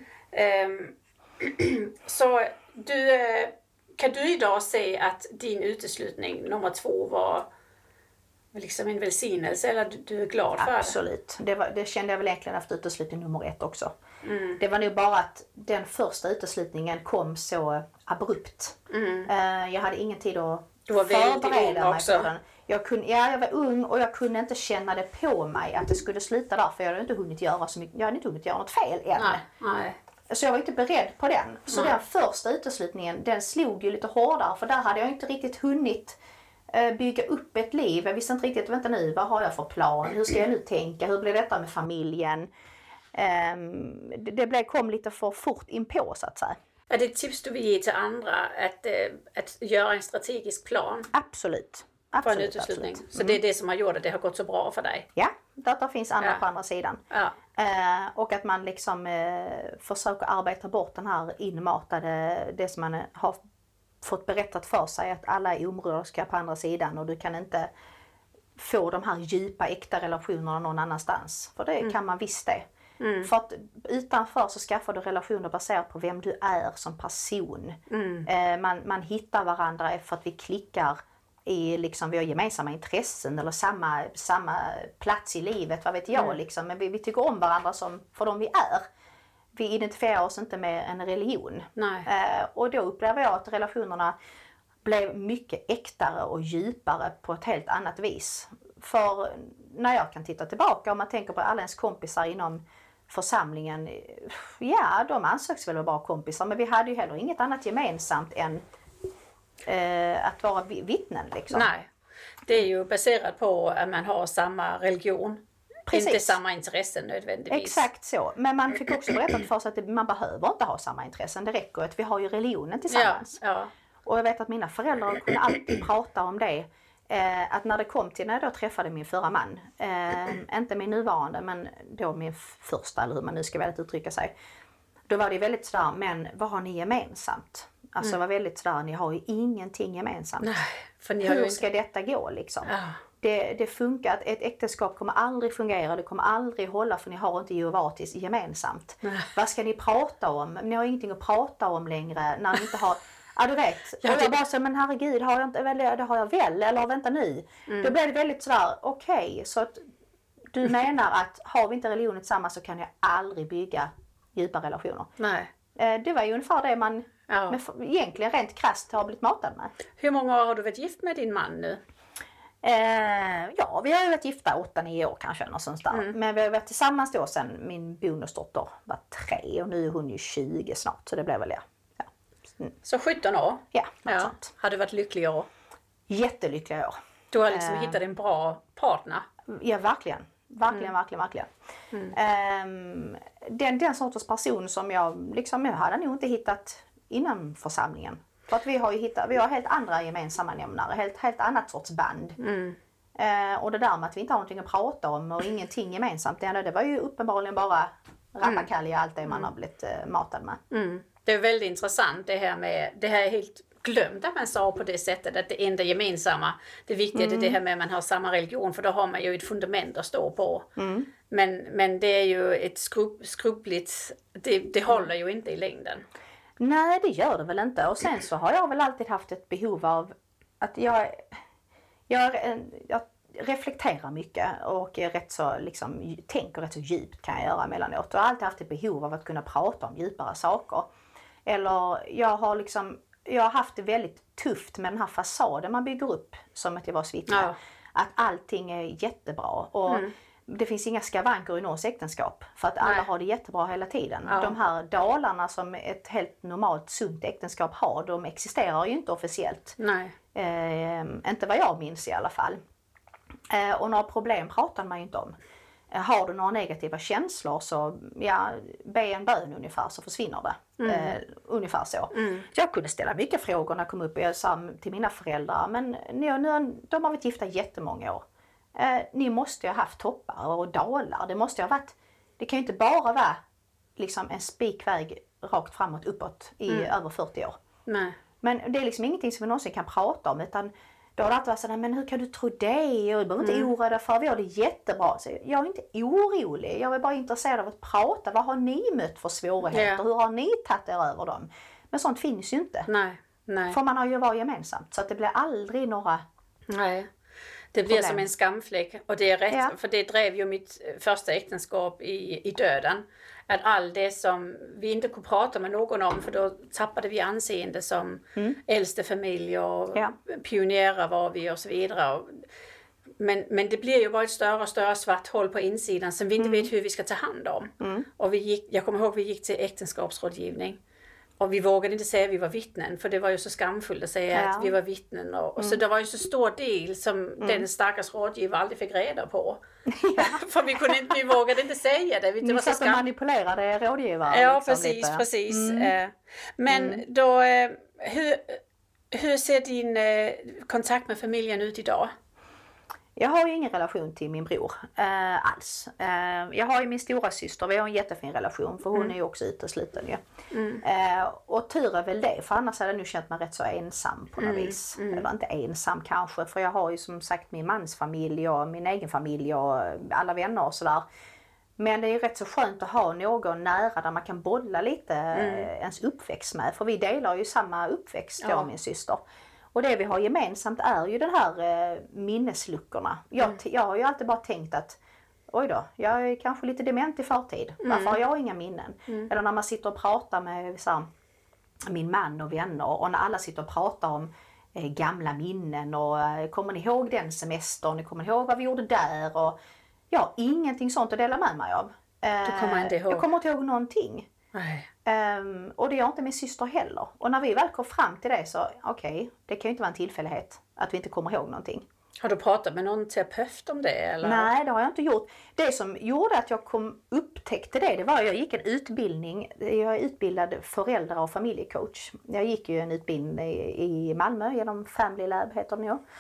Så kan du idag se att din uteslutning nummer 2 var liksom en välsignelse eller du är glad för det? Absolut. Det kände jag väl egentligen efter uteslutning nummer 1 också. Det var nog bara att den första uteslutningen kom så abrupt. Jag hade ingen tid att förbereda mig för den. Jag var ung och jag kunde inte känna det på mig att det skulle sluta där, för jag hade inte hunnit göra så mycket. Jag hade inte hunnit göra något fel än. Nej. Så jag var inte beredd på den. Så den första uteslutningen, den slog ju lite hårdare, för där hade jag inte riktigt hunnit bygga upp ett liv. Jag visste inte riktigt, vänta nu, vad har jag för plan? Hur ska jag nu tänka? Hur blir detta med familjen? Det kom lite för fort in på så att säga. Är det ett tips du vill ge till andra att göra en strategisk plan? Absolut. För en uteslutning. Så det är det som har gjort att det har gått så bra för dig? Ja, det finns andra på andra sidan. Ja. Och att man liksom försöker arbeta bort den här inmatade, det som man har fått berättat för sig, att alla är omoraliska på andra sidan och du kan inte få de här djupa äkta relationerna någon annanstans. För det kan man visst det. För att utanför så skaffar du relationer baserat på vem du är som person. Man hittar varandra för att vi klickar i, liksom, vi har gemensamma intressen eller samma plats i livet, vad vet jag liksom. Men vi tycker om varandra som för dem vi är. Vi identifierar oss inte med en religion. Och då upplever jag att relationerna blev mycket äktare och djupare på ett helt annat vis. För när jag kan titta tillbaka, om man tänker på alla ens kompisar inom församlingen, ja, de ansågs väl vara kompisar, men vi hade ju heller inget annat gemensamt än att vara vittnen liksom. Nej, det är ju baserat på att man har samma religion. Precis. Inte samma intressen nödvändigtvis. Exakt så, men man fick också berättat för sig att man behöver inte ha samma intressen, det räcker att vi har ju religionen tillsammans. Ja. Och jag vet att mina föräldrar kunde alltid prata om det. Att när det kom till när jag då träffade min förra man, inte min nuvarande men då min första, eller hur man nu ska väl uttrycka sig. Då var det väldigt sådär, men vad har ni gemensamt? Alltså det var väldigt sådär, ni har ju ingenting gemensamt. Nej, för ni har hur ju ska detta gå liksom? Ja. Det funkar, ett äktenskap kommer aldrig fungera, det kommer aldrig hålla för ni har inte Jehovatis gemensamt. Vad ska ni prata om? Ni har ingenting att prata om längre när ni inte har... Ja, du vet. Och jag bara så, men herregud, har jag inte väl, det har jag väl, eller vänta nu. Då blev det väldigt sådär, okej, så att du menar att har vi inte religionen tillsammans så kan jag aldrig bygga djupa relationer. Nej. Det var ju ungefär det man egentligen rent krasst har blivit matad med. Hur många år har du varit gift med din man nu? Ja, vi har ju varit gifta 8-9 år kanske. Något sånt där. Men vi har varit tillsammans då sen min bonusdotter var 3 och nu är hon ju 20 snart. Så det blev väl Så 17 år? Ja, något sånt. Har du varit lycklig år? Jättelyckliga år. Du har liksom hittat en bra partner? Ja, verkligen. Verkligen. Den sortens person som jag hade nog inte hittat innan församlingen. För att vi har helt andra gemensamma nämnare, helt annat sorts band. Och det där med att vi inte har någonting att prata om och ingenting gemensamt, det var ju uppenbarligen bara rappakalja allt det man har blivit matad med. Det är väldigt intressant det här är helt glömt att man sa på det sättet att det enda gemensamma, det viktiga är det här med att man har samma religion, för då har man ju ett fundament att stå på. Men det är ju ett skrubbligt, det håller ju inte i längden. Nej, det gör det väl inte. Och sen så har jag väl alltid haft ett behov av att jag reflekterar mycket och är rätt så, tänker rätt så djupt kan jag göra emellanåt. Och jag har alltid haft ett behov av att kunna prata om djupare saker. Eller jag har haft det väldigt tufft med den här fasaden man bygger upp som att jag var vittne. Ja. Att allting är jättebra. Och det finns inga skavanker i någons äktenskap. För att alla har det jättebra hela tiden. Ja. De här dalarna som ett helt normalt sunt äktenskap har, de existerar ju inte officiellt. Nej. Inte vad jag minns i alla fall. Och några problem pratar man ju inte om. Har du några negativa känslor så be en bön ungefär så försvinner det. Ungefär så. Jag kunde ställa mycket frågor när jag kom upp och jag sa till mina föräldrar, men de har varit gifta jättemånga år. Ni måste ju ha haft toppar och dalar. Det kan ju inte bara vara en spikväg rakt framåt uppåt i över 40 år. Nej. Men det är ingenting som vi någonsin kan prata om, utan då har det alltid varit sådär, men hur kan du tro det? Och du behöver inte oroa dig för, vi har det jättebra. Så jag är inte orolig, jag är bara intresserad av att prata. Vad har ni mött för svårigheter? Yeah. Hur har ni tagit er över dem? Men sånt finns ju inte. Nej. För man har ju varit gemensamt, så att det blir aldrig några... Nej. Det blir problem. som en skamfläck, och det är rätt, för det drev ju mitt första äktenskap i döden. Att allt det som vi inte kunde prata med någon om, för då tappade vi anseende som äldste familj och pionjärer var vi och så vidare. Men det blir ju bara ett större och större svart hål på insidan som vi inte vet hur vi ska ta hand om. Och jag kommer ihåg vi gick till äktenskapsrådgivning. Och vi vågade inte säga att vi var vittnen, för det var ju så skamfullt att säga att vi var vittnen. Och så det var ju så stor del som den stackars rådgivare aldrig fick reda på. För vi vågade inte säga det. Ni satt och manipulerade rådgivare. Ja, liksom, precis. Men då, hur ser din kontakt med familjen ut idag? Jag har ju ingen relation till min bror alls. Jag har ju min stora syster, vi har en jättefin relation för hon är ju också utesluten ju. Och tur är väl det, för annars hade jag nu känt mig rätt så ensam på något vis. Eller inte ensam kanske, för jag har ju som sagt min mans familj och min egen familj och alla vänner och sådär. Men det är ju rätt så skönt att ha någon nära där man kan bolla lite ens uppväxt med. För vi delar ju samma uppväxt, jag och min syster. Och det vi har gemensamt är ju den här minnesluckorna. Jag har ju alltid bara tänkt att oj då, jag är kanske lite dement i förtid. Varför har jag inga minnen? Eller när man sitter och pratar med min man och vänner och när alla sitter och pratar om gamla minnen och kommer ni ihåg den semestern? Kommer ni ihåg vad vi gjorde där? Och ingenting sånt att dela med mig av. Du kommer inte ihåg? Jag kommer inte ihåg någonting. Nej. Och det gör inte min syster heller. Och när vi väl kom fram till det så det kan ju inte vara en tillfällighet att vi inte kommer ihåg någonting. Har du pratat med någon terapeut om det? Eller? Nej, det har jag inte gjort. Det som gjorde att jag upptäckte det var att jag gick en utbildning. Jag är utbildad föräldrar- och familjecoach. Jag gick ju en utbildning i Malmö genom Family Lab heter den ju.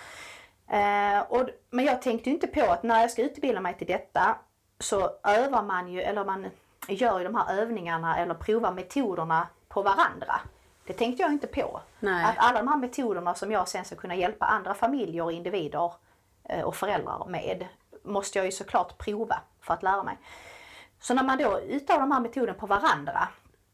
Men jag tänkte inte på att när jag ska utbilda mig till detta så övar man ju, eller man gör ju de här övningarna eller provar metoderna på varandra. Det tänkte jag inte på. Nej. Att alla de här metoderna som jag sen ska kunna hjälpa andra familjer och individer och föräldrar med måste jag ju såklart prova för att lära mig. Så när man då uttalar de här metoderna på varandra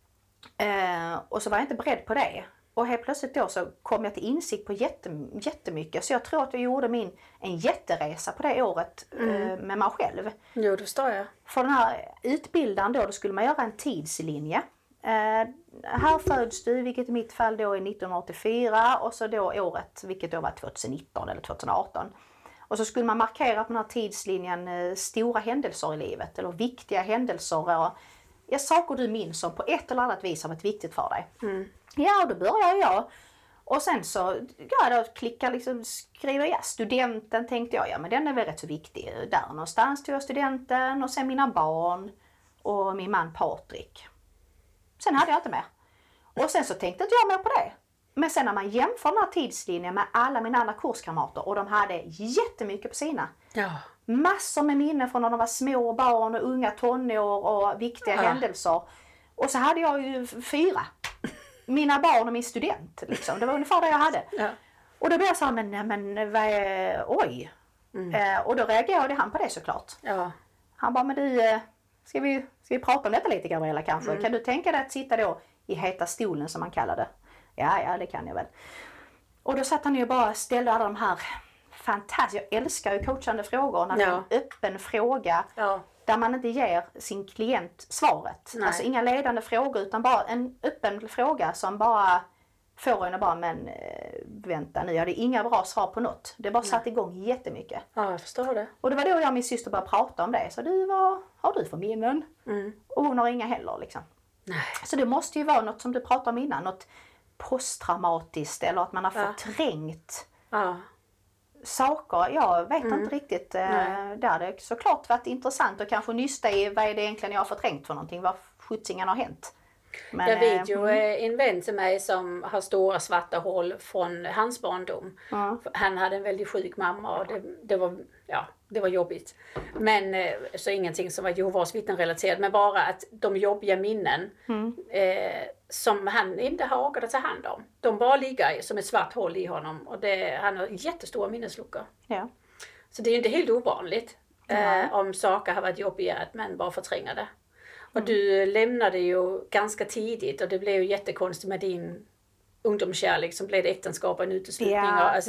och så var jag inte beredd på det. Och helt plötsligt då så kom jag till insikt på jättemycket. Så jag tror att jag gjorde en jätteresa på det året med mig själv. Jo, det förstår jag. För den här utbildaren då skulle man göra en tidslinje. Här föds du, vilket i mitt fall då är 1984 och så då året, vilket då var 2019 eller 2018. Och så skulle man markera på den här tidslinjen stora händelser i livet eller viktiga händelser och saker du minns som på ett eller annat vis har varit viktigt för dig. Ja, då börjar jag. Och sen så skriver jag studenten, tänkte jag, men den är väl rätt så viktig. Där någonstans tog jag studenten och sen mina barn och min man Patrik. Sen hade jag inte mer. Och sen så tänkte inte jag mer på det. Men sen när man jämför den här tidslinjen med alla mina andra kurskamrater och de hade jättemycket på sina. Ja. Massor med minnen från när de var små barn och unga tonår och viktiga händelser. Och så hade jag ju 4. Mina barn och min student liksom. Det var ungefär det jag hade. Ja. Och då blev jag så här, men vad är, oj. Och då reagerade han på det såklart. Ja. Han bara, men du, ska vi prata om detta lite, Gabriella kanske? Kan du tänka dig att sitta då i heta stolen som man kallar det? Ja, det kan jag väl. Och då satt han ju och bara ställde alla de här fantastiska, jag älskar ju coachande frågor när det är en öppen fråga där man inte ger sin klient svaret. Nej. Alltså inga ledande frågor utan bara en öppen fråga som bara får en att bara, men vänta nu, jag hade inga bra svar på något. Det bara satt igång jättemycket. Ja, jag förstår det. Och det var då jag och min syster började prata om det. Så vad har du för minnen? Och hon har inga heller liksom. Nej. Så det måste ju vara något som du pratade om innan, något posttraumatiskt eller att man har förträngt saker. Jag vet inte riktigt. Det hade såklart varit intressant och kanske nysta i vad är det egentligen jag har förträngt för någonting. Vad skjutsingen har hänt. Men, jag vet ju en vän till mig som har stora svarta hål från hans barndom. Han hade en väldigt sjuk mamma och det var jobbigt. Men så ingenting som var Jehovas vittnen relaterat, men bara att de jobbiga minnen som han inte har orkat ta hand om. De bara ligger som ett svart hål i honom och han har jättestora minnesluckor. Ja. Så det är inte helt ovanligt om saker har varit jobbiga att man bara förtränger det. Och du lämnade ju ganska tidigt och det blev ju jättekonstigt med din ungdomskärlek som blev äktenskap och en uteslutning. Ja. Alltså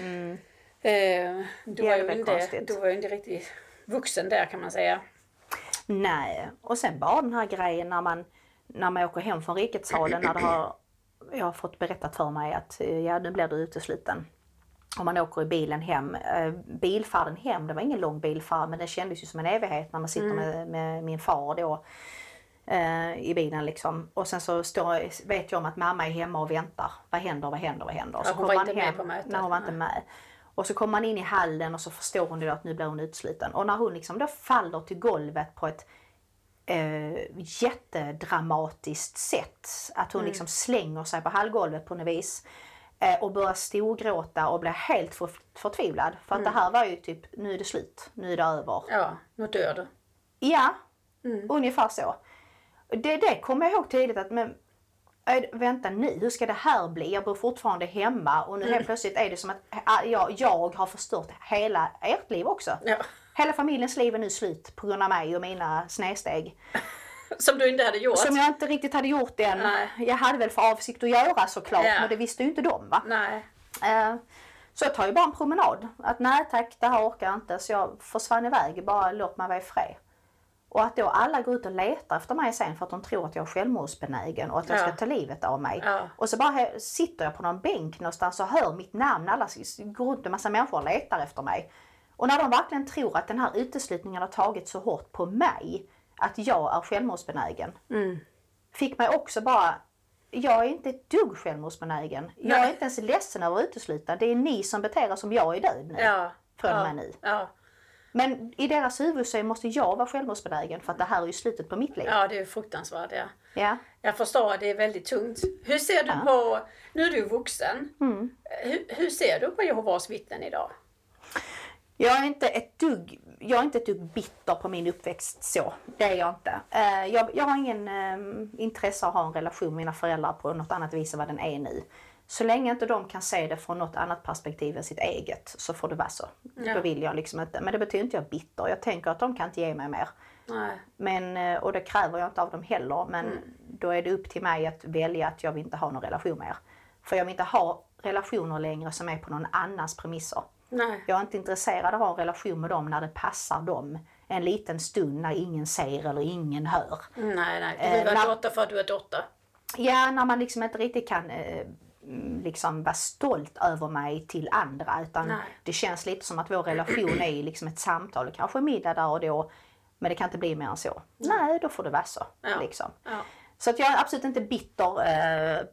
du var ju inte riktigt vuxen där kan man säga. Nej, och sen bara den här grejen när man åker hem från riketsalen när jag har fått berättat för mig att nu blir du utesluten. Om man åker i bilen hem. Bilfärden hem, det var ingen lång bilfärd men det kändes ju som en evighet när man sitter med min far då. i bilen liksom. Och sen så vet jag om att mamma är hemma och väntar. Vad händer? Ja, Så hon var inte med på mötet. Nej, hon var inte med. Och så kommer man in i hallen och så förstår hon då att nu blir hon utsliten. Och när hon liksom då faller till golvet på ett jättedramatiskt sätt. Att hon liksom slänger sig på hallgolvet på något vis. Och börjar storgråta och blir helt förtvivlad. För att det här var ju typ, nu är det slut. Nu är det över. Ja, nu dör du. Ja, ungefär så. Det kommer jag ihåg tidigt att, men vänta nu, hur ska det här bli? Jag bor fortfarande hemma och nu helt plötsligt är det som att jag har förstört hela ert liv också. Ja. Hela familjens liv är nu slut på grund av mig och mina snedsteg. Som du inte hade gjort? Som jag inte riktigt hade gjort än. Nej. Jag hade väl för avsikt att göra såklart, men det visste ju inte de, va? Nej. Så jag tar ju bara en promenad. Att nej tack, det här orkar jag inte. Så jag försvann iväg, bara låt mig vara i fred. Och att då alla går ut och letar efter mig sen för att de tror att jag är självmordsbenägen och att jag ska ta livet av mig. Ja. Och så bara sitter jag på någon bänk någonstans och hör mitt namn. Alla går runt, en massa människor och letar efter mig. Och när de verkligen tror att den här uteslutningen har tagit så hårt på mig att jag är självmordsbenägen. Fick mig också bara, jag är inte ett dugg självmordsbenägen. Jag är inte ens ledsen över att utesluta. Det är ni som beter er som jag är död nu. Ja. Från mig nu. Ja. Men i deras huvud så måste jag vara självmordsbenägen för att det här är ju slutet på mitt liv. Ja, det är fruktansvärt. Ja. Jag förstår att det är väldigt tungt. Hur ser du på, nu är du vuxen, hur ser du på Jehovas vittnen idag? Jag är inte ett dugg bitter på min uppväxt så. Det är jag inte. Jag har ingen intresse av att ha en relation med mina föräldrar på något annat vis än vad den är nu. Så länge inte de kan se det från något annat perspektiv än sitt eget så får det vara så. Ja. Då vill jag liksom inte. Men det betyder inte jag är bitter. Jag tänker att de kan inte ge mig mer. Nej. Men, och det kräver jag inte av dem heller. Men då är det upp till mig att välja att jag vill inte ha någon relation mer. För jag vill inte ha relationer längre som är på någon annans premisser. Nej. Jag är inte intresserad av att ha en relation med dem när det passar dem. En liten stund när ingen ser eller ingen hör. Nej. Du vill vara dotter för att du är dotter. Ja, när man liksom inte riktigt kan liksom vara stolt över mig till andra. Utan det känns lite som att vår relation är liksom ett samtal. Kanske middag där och då. Men det kan inte bli mer än så. Nej, då får det vara så. Ja. Liksom. Ja. Så att jag är absolut inte bitter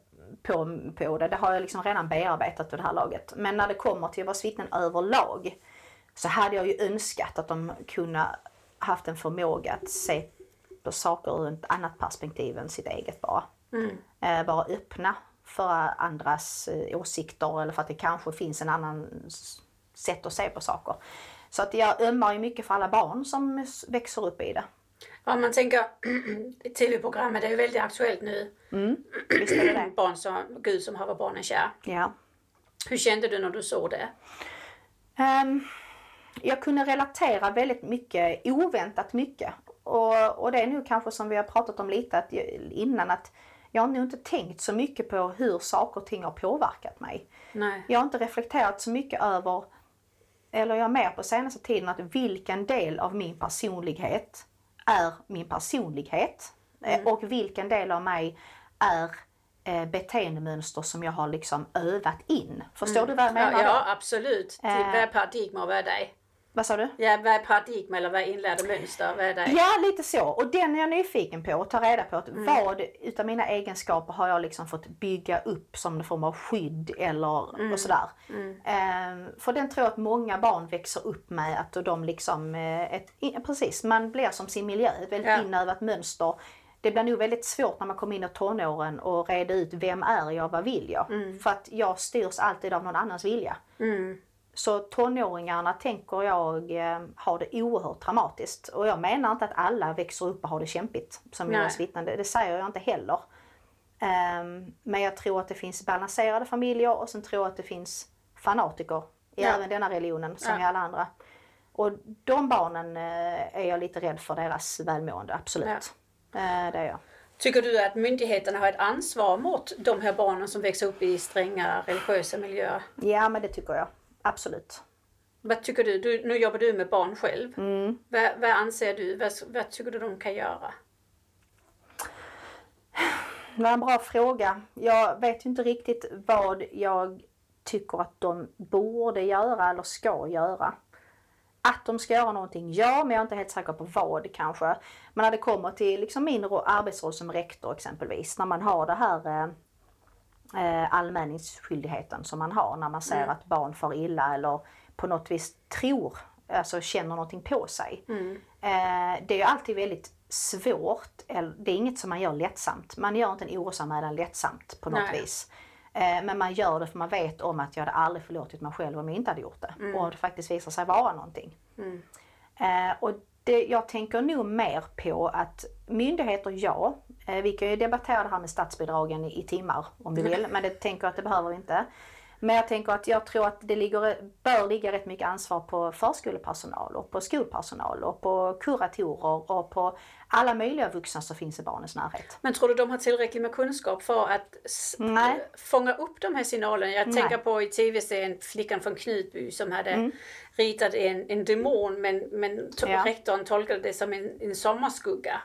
på det. Det har jag liksom redan bearbetat på det här laget. Men när det kommer till Jehovas vittnen överlag så hade jag ju önskat att de kunde haft en förmåga att se på saker ur ett annat perspektiv än sitt eget bara. Vara öppna för andras åsikter eller för att det kanske finns en annan sätt att se på saker. Så att jag ömmar ju mycket för alla barn som växer upp i det. Ja, man tänker, tv-programmet är ju väldigt aktuellt nu. Visst är det. Barn som, Gud som har barnen kär. Ja. Hur kände du när du såg det? Jag kunde relatera väldigt mycket, oväntat mycket. Och det är nu kanske som vi har pratat om lite innan att jag har nog inte tänkt så mycket på hur saker och ting har påverkat mig. Nej. Jag har inte reflekterat så mycket över, eller jag är mer på senaste tiden, att vilken del av min personlighet är min personlighet. Och vilken del av mig är beteendemönster som jag har liksom övat in. Förstår du vad jag menar? Ja, absolut. Vad är paradigma och vad är dig? Vad sa du? Ja, vad är paradigma eller vad är inlärda mönster? Vad är dig? Ja, lite så. Och den är jag nyfiken på att ta reda på. Att vad utav mina egenskaper har jag liksom fått bygga upp som en form av skydd eller och sådär. För den tror jag att många barn växer upp med att de liksom, precis, man blir som sin miljö, ett väldigt inövat mönster. Det blir nog väldigt svårt när man kommer in i tonåren och reda ut vem är jag, vad vill jag? För att jag styrs alltid av någon annans vilja. Så tonåringarna tänker jag har det oerhört traumatiskt. Och jag menar inte att alla växer upp och har det kämpigt som Jehovas vittnen. Det säger jag inte heller. Men jag tror att det finns balanserade familjer och sen tror jag att det finns fanatiker i även denna religionen som i alla andra. Och de barnen är jag lite rädd för deras välmående, absolut. Det är jag. Tycker du att myndigheterna har ett ansvar mot de här barnen som växer upp i stränga religiösa miljöer? Ja, men det tycker jag. Absolut. Vad tycker du? Nu jobbar du med barn själv. Vad anser du? Vad tycker du de kan göra? Det är en bra fråga. Jag vet inte riktigt vad jag tycker att de borde göra eller ska göra. Att att de ska göra någonting, ja, men jag är inte helt säker på vad kanske. Men när det kommer till liksom min arbetsroll som rektor exempelvis, när man har det här anmälningsskyldigheten som man har när man ser att barn får illa eller på något vis alltså känner någonting på sig. Det är alltid väldigt svårt, det är inget som man gör lättsamt. Man gör inte en orosanmälan lättsamt på något vis. Men man gör det för man vet om att jag hade aldrig förlåtit mig själv om jag inte hade gjort det. Och det faktiskt visar sig vara någonting. Och jag tänker nog mer på att myndigheter, vi kan ju debattera det här med statsbidragen i timmar om vi vill, men det tänker att det behöver vi inte. Men jag tror att det bör ligga rätt mycket ansvar på förskolepersonal och på skolpersonal och på kuratorer och på alla möjliga vuxna som finns i barnens närhet. Men tror du de har tillräckligt med kunskap för att fånga upp de här signalerna? Jag tänker på i tv-serien Flickan från Knutby som hade ritat en demon men rektorn tolkade det som en sommarskugga.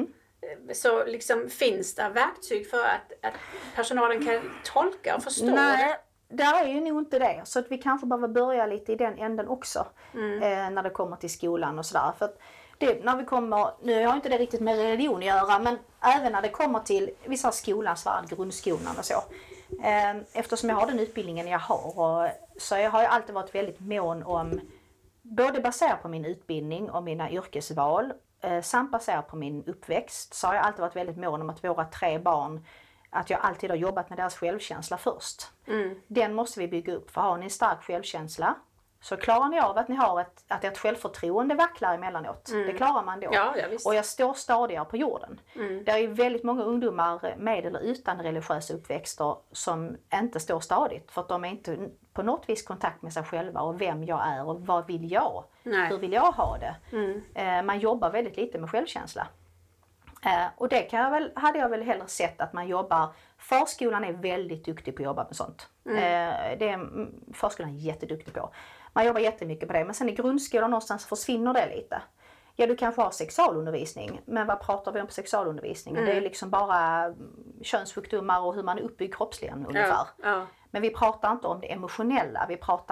Så liksom, finns det verktyg för att personalen kan tolka och förstå det? Där är ju nog inte det. Så att vi kanske behöver börja lite i den änden också. När det kommer till skolan och sådär. För att när vi kommer, nu har inte det riktigt med religion att göra, men även när det kommer till vissa skolans värld, grundskolan och så. Eftersom jag har den utbildningen jag har, så jag har jag alltid varit väldigt mån om, både baserat på min utbildning och mina yrkesval, samt baserat på min uppväxt, så har jag alltid varit väldigt mån om att våra 3 barn, att jag alltid har jobbat med deras självkänsla först. Den måste vi bygga upp. För har ni en stark självkänsla så klarar ni av att ni har att ert självförtroende vacklar emellanåt. Det klarar man då. Ja, och jag står stadigare på jorden. Det är ju väldigt många ungdomar med eller utan religiösa uppväxter som inte står stadigt. För att de är inte på något vis kontakt med sig själva och vem jag är och vad vill jag. Hur vill jag ha det? Man jobbar väldigt lite med självkänsla. Och det hade jag väl hellre sett att man jobbar. Förskolan är väldigt duktig på att jobba med sånt. Förskolan är jätteduktig på. Man jobbar jättemycket på det. Men sen i grundskolan någonstans försvinner det lite. Ja, du kanske har sexualundervisning. Men vad pratar vi om på sexualundervisningen? Det är liksom bara könssjukdomar och hur man är uppbyggd kroppsligen ungefär. Men vi pratar inte om det emotionella.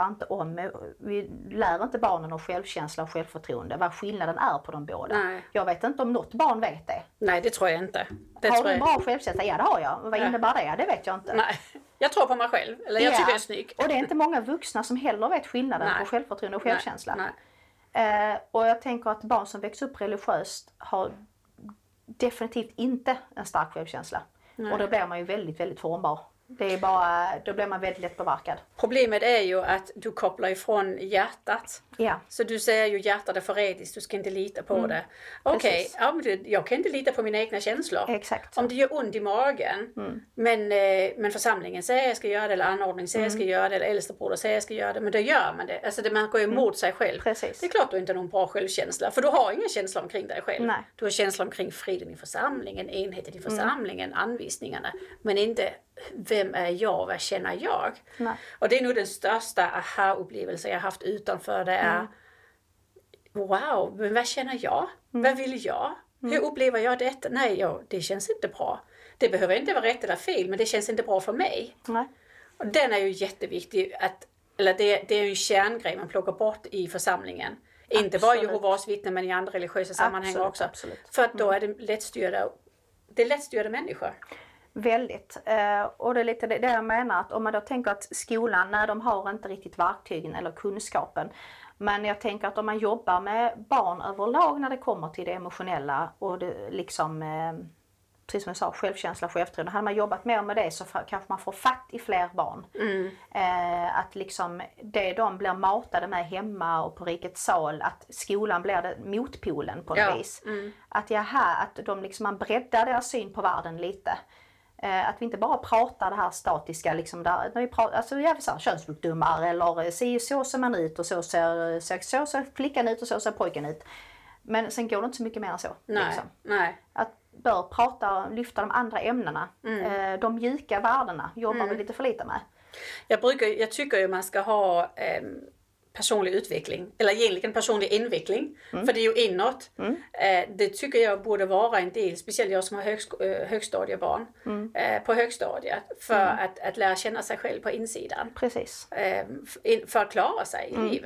Vi lär inte barnen om självkänsla och självförtroende. Vad skillnaden är på de båda. Jag vet inte om något barn vet det. Nej, det tror jag inte. Har du en bra självkänsla? Ja, det har jag. Vad innebär det? Det vet jag inte. Nej, jag tror på mig själv. Eller jag tycker jag är snygg. Och det är inte många vuxna som heller vet skillnaden på självförtroende och självkänsla. Och jag tänker att barn som växer upp religiöst har definitivt inte en stark självkänsla. Och då blir man ju väldigt, väldigt formbar. Då blir man väldigt lätt påverkad. Problemet är ju att du kopplar ifrån hjärtat. Så du säger ju hjärtat är förrädiskt, du ska inte lita på det. Okej, jag kan inte lita på mina egna känslor. Exakt. Om det gör ont i magen, men församlingen säger jag ska göra det, eller anordning säger jag ska göra det, eller äldstebroder säger jag ska göra det, men då gör man det. Alltså man går emot sig själv. Precis. Det är klart du inte har någon bra självkänsla, för du har ingen känsla omkring dig själv. Nej. Du har känsla omkring friden i församlingen, enheten i församlingen, anvisningarna, men inte vem är jag, vad känner jag? Nej. Och det är nog den största aha-upplevelsen jag har haft utanför. Det är wow, men vad känner jag? Vad vill jag? Hur upplever jag detta? Nej, det känns inte bra. Det behöver inte vara rätt eller fel, men det känns inte bra för mig. Nej. Och den är ju jätteviktig, det är ju en kärngrej man plockar bort i församlingen. Absolut. Inte bara Jehovas vittnen, men i andra religiösa sammanhang också. Absolut. För att då är det lättstyrda människor. Väldigt. Och det är lite det jag menar, att om man då tänker att skolan, när de har inte riktigt verktygen eller kunskapen. Men jag tänker att om man jobbar med barn överlag när det kommer till det emotionella och det liksom, precis som jag sa, självkänsla, självförtroende. Hade man jobbat mer med det så kanske man får fatt i fler barn. Att liksom det de blir matade med hemma och på Rikets sal, att skolan blir det motpolen på något vis. Att de liksom, man breddar deras syn på världen lite. Att vi inte bara pratar det här statiska, liksom där, när vi pratar, alltså könssjukdomar eller så ser man ut och så ser flickan ut och så ser pojken ut. Men sen går det inte så mycket mer än så. Nej. Att bör lyfta de andra ämnena. De mjuka värdena jobbar vi lite för lite med. Jag tycker ju man ska ha personlig utveckling, eller egentligen personlig inveckling, för det är ju inåt. Det tycker jag borde vara en del, speciellt jag som har högstadiebarn på högstadiet, för att lära känna sig själv på insidan. Precis. För att klara sig i livet.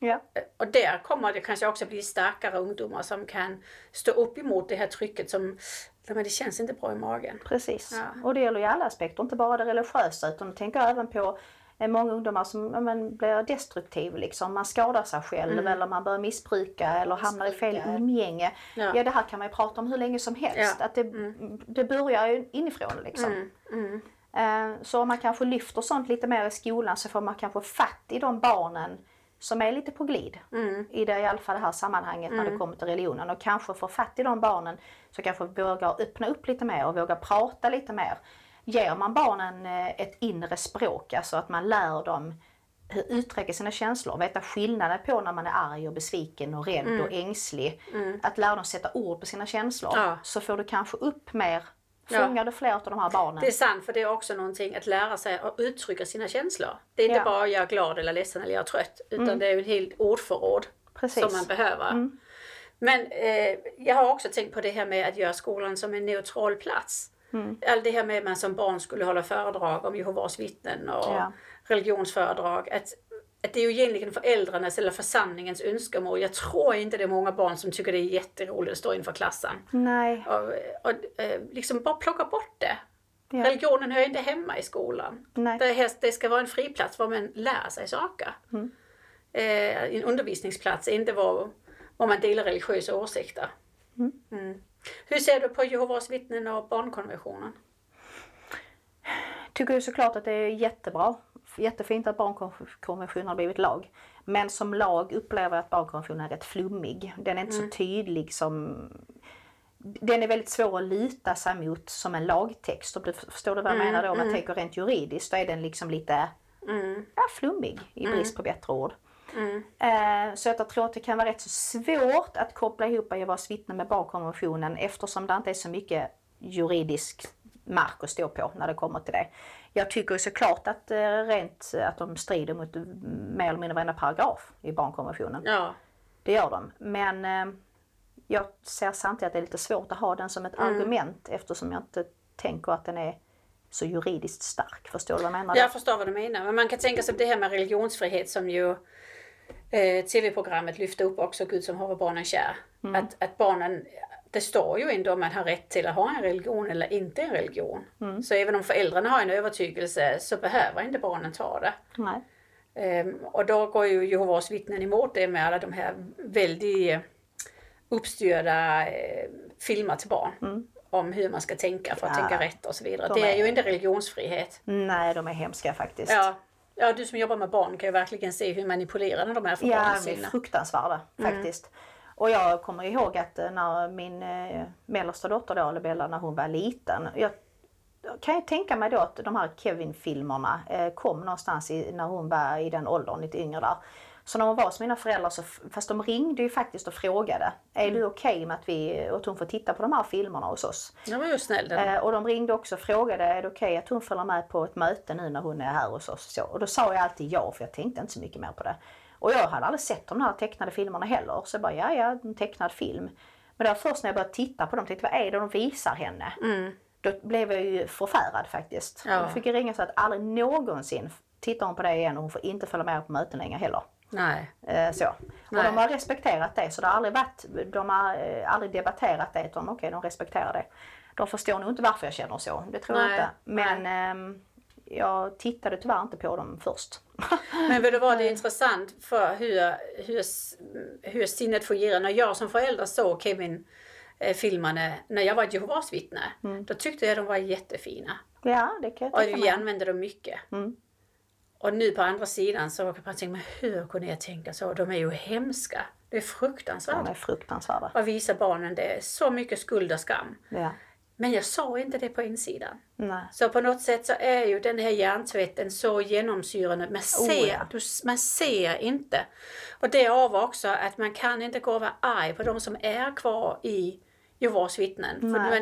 Ja. Och där kommer det kanske också bli starkare ungdomar som kan stå upp emot det här trycket som men det känns inte bra i magen. Precis. Ja. Och det gäller i alla aspekter, inte bara det religiösa, utan jag tänker även på många ungdomar som blir destruktiv liksom. Man skadar sig själv eller man börjar missbruka eller hamnar i fel umgänge. Ja, det här kan man ju prata om hur länge som helst. Ja. Att det börjar ju inifrån liksom. Så om man kanske lyfter sånt lite mer i skolan så får man kanske fatt i de barnen som är lite på glid i det, i alla fall det här sammanhanget när det kommer till religionen, och kanske får fatt i de barnen så kanske vågar öppna upp lite mer och vågar prata lite mer. Ger man barnen ett inre språk, alltså att man lär dem hur uttrycka sina känslor, veta skillnaden på när man är arg och besviken och rädd och ängslig, att lära dem sätta ord på sina känslor, så får du kanske upp mer. Fångar du fler av de här barnen? Det är sant, för det är också någonting att lära sig att uttrycka sina känslor. Det är inte bara jag är glad eller ledsen eller jag är trött. Utan det är ett helt ordförråd som man behöver. Men jag har också tänkt på det här med att göra skolan som en neutral plats. Allt det här med att man som barn skulle hålla föredrag om Jehovas vittnen och religionsföredrag. Att det är ju egentligen föräldrarnas eller församlingens önskemål. Jag tror inte det är många barn som tycker det är jätteroligt att stå inför klassen. Nej. Och liksom bara plocka bort det. Ja. Religionen hör inte hemma i skolan. Nej. Det ska vara en friplats var man lär sig saker. En undervisningsplats, inte var man delar religiösa åsikter. Hur ser du på Jehovas vittnen och barnkonventionen? Tycker ju såklart att det är jättebra. Jättefint att barnkonventionen har blivit lag. Men som lag upplever jag att barnkonventionen är rätt flummig. Den är inte så tydlig som... Den är väldigt svår att lita sig mot som en lagtext. Och förstår du vad jag menar då? Om man tänker rent juridiskt, då är den liksom lite flummig i brist på bättre ord. Så jag tror att det kan vara rätt så svårt att koppla ihop Jehovas vittnen med barnkonventionen, eftersom det inte är så mycket juridisk mark att stå på när det kommer till det. Jag tycker såklart att de strider mot mer eller mindre varenda paragraf i barnkonventionen. Ja. Det gör de. Men jag ser samtidigt att det är lite svårt att ha den som ett argument, eftersom jag inte tänker att den är så juridiskt stark. Förstår du vad jag menar? Jag förstår vad du menar. Men man kan tänka sig det här med religionsfrihet som ju tv-programmet lyfter upp också, Gud som har barnen kär. Att barnen... Det står ju inte om man har rätt till att ha en religion eller inte en religion. Så även om föräldrarna har en övertygelse så behöver inte barnen ta det. Nej. Och då går ju Jehovas vittnen emot det med alla de här väldigt uppstyrda filmer till barn. Om hur man ska tänka för att tänka rätt och så vidare. Det är ju inte religionsfrihet. Nej, de är hemska faktiskt. Ja, du som jobbar med barn kan ju verkligen se hur manipulerande de är för barnens sinne. Ja, de är fruktansvärda faktiskt. Och jag kommer ihåg att när min mellersta dotter då, Bella, när hon var liten. Jag kan ju tänka mig då att de här Kevin-filmerna kom någonstans när hon var i den åldern, lite yngre där. Så när hon var hos mina föräldrar, fast de ringde ju faktiskt och frågade. Är du okej med att hon får titta på de här filmerna hos oss? Det var ju snällt. Och de ringde också och frågade, är det okej att hon följer med på ett möte nu när hon är här hos oss? Så, och då sa jag alltid ja, för jag tänkte inte så mycket mer på det. Och jag hade aldrig sett de här tecknade filmerna heller. Så jag bara, en tecknad film. Men det var först när jag började titta på dem, tänkte vad är det de visar henne? Då blev jag ju förfärad faktiskt. Ja. Jag fick ringa så att aldrig någonsin tittar hon på det igen och hon får inte följa med på möten längre heller. Nej. Så. Och de har respekterat det, så det har aldrig varit, de har aldrig debatterat det, utan de respekterar det. De förstår nog inte varför jag känner så, det tror jag inte. Men jag tittade tyvärr inte på dem först. Men vet du vad, det är intressant för hur sinnet fungerar. När jag som förälder såg Kevin-filmerna när jag var Jehovas vittne, då tyckte jag de var jättefina. Ja, det kan jag tänka mig. Och vi använde dem mycket. Och nu på andra sidan så kan man tänka, men hur kunde jag tänka så? De är ju hemska. Det är fruktansvärt. De är fruktansvärda. Och visa barnen det är så mycket skuld och skam. Ja. Men jag sa inte det på insidan. Nej. Så på något sätt så är ju den här hjärntvätten så genomsyrande. Man ser inte. Och det av också att man kan inte gå och vara arg på de som är kvar i Jehovas vittnen.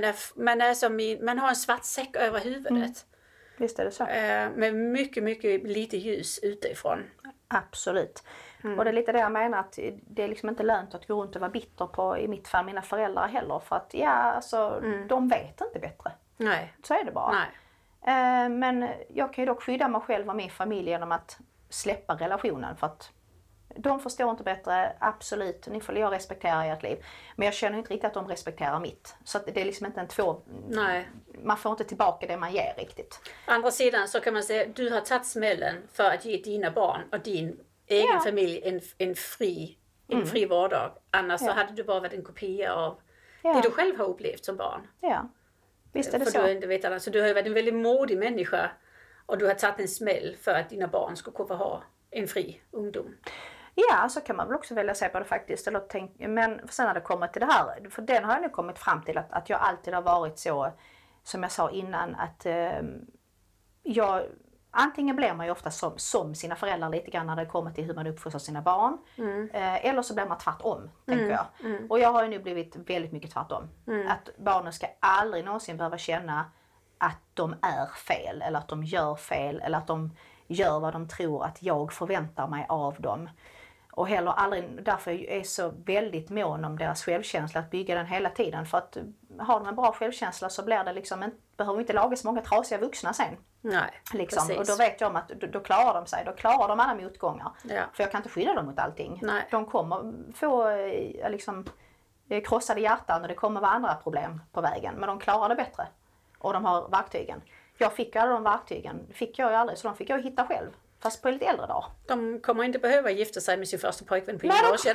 För man har en svart säck över huvudet. Visst är det så. Med mycket, mycket lite ljus utifrån. Absolut. Och det är lite det jag menar, att det är liksom inte lönt att gå runt och vara bitter på, i mitt fall, mina föräldrar heller. För att de vet inte bättre. Nej. Så är det bara. Nej. Men jag kan ju dock skydda mig själv och min familj genom att släppa relationen. För att de förstår inte bättre, absolut, jag respekterar ert liv. Men jag känner inte riktigt att de respekterar mitt. Så att det är liksom inte Nej. Man får inte tillbaka det man ger riktigt. Å andra sidan så kan man säga att du har tagit smällen för att ge dina barn och din egen familj en fri vardag. Annars så hade du bara varit en kopia av det du själv har upplevt som barn. Ja, visst är det för så. Du inte vet alla. Så du har ju varit en väldigt modig människa och du har tagit en smäll för att dina barn ska kunna ha en fri ungdom. Ja, så kan man väl också välja se på det faktiskt. Men sen när det kommer till det här, för den har jag nu kommit fram till att jag alltid har varit så, som jag sa innan, att antingen blir man ju ofta som sina föräldrar lite grann när det kommer till hur man uppfostrar sina barn. Eller så blir man tvärtom, tänker jag. Och jag har ju nu blivit väldigt mycket tvärtom. Att barnen ska aldrig någonsin behöva känna att de är fel, eller att de gör fel, eller att de gör vad de tror att jag förväntar mig av dem. Och heller aldrig, därför är jag så väldigt mån om deras självkänsla, att bygga den hela tiden. För att har de en bra självkänsla så blir det liksom behöver inte laga så många trasiga vuxna sen. Nej, liksom. Och då vet jag om att då klarar de sig, då klarar de alla motgångar. Ja. För jag kan inte skydda dem mot allting. Nej. De kommer få liksom krossade hjärtan och det kommer vara andra problem på vägen. Men de klarar det bättre. Och de har verktygen. Jag fick ju alla de verktygen, fick jag ju aldrig, så de fick jag hitta själv. Fast på lite äldre dag. De kommer inte behöva gifta sig med sin första pojkvän på gymnasiet.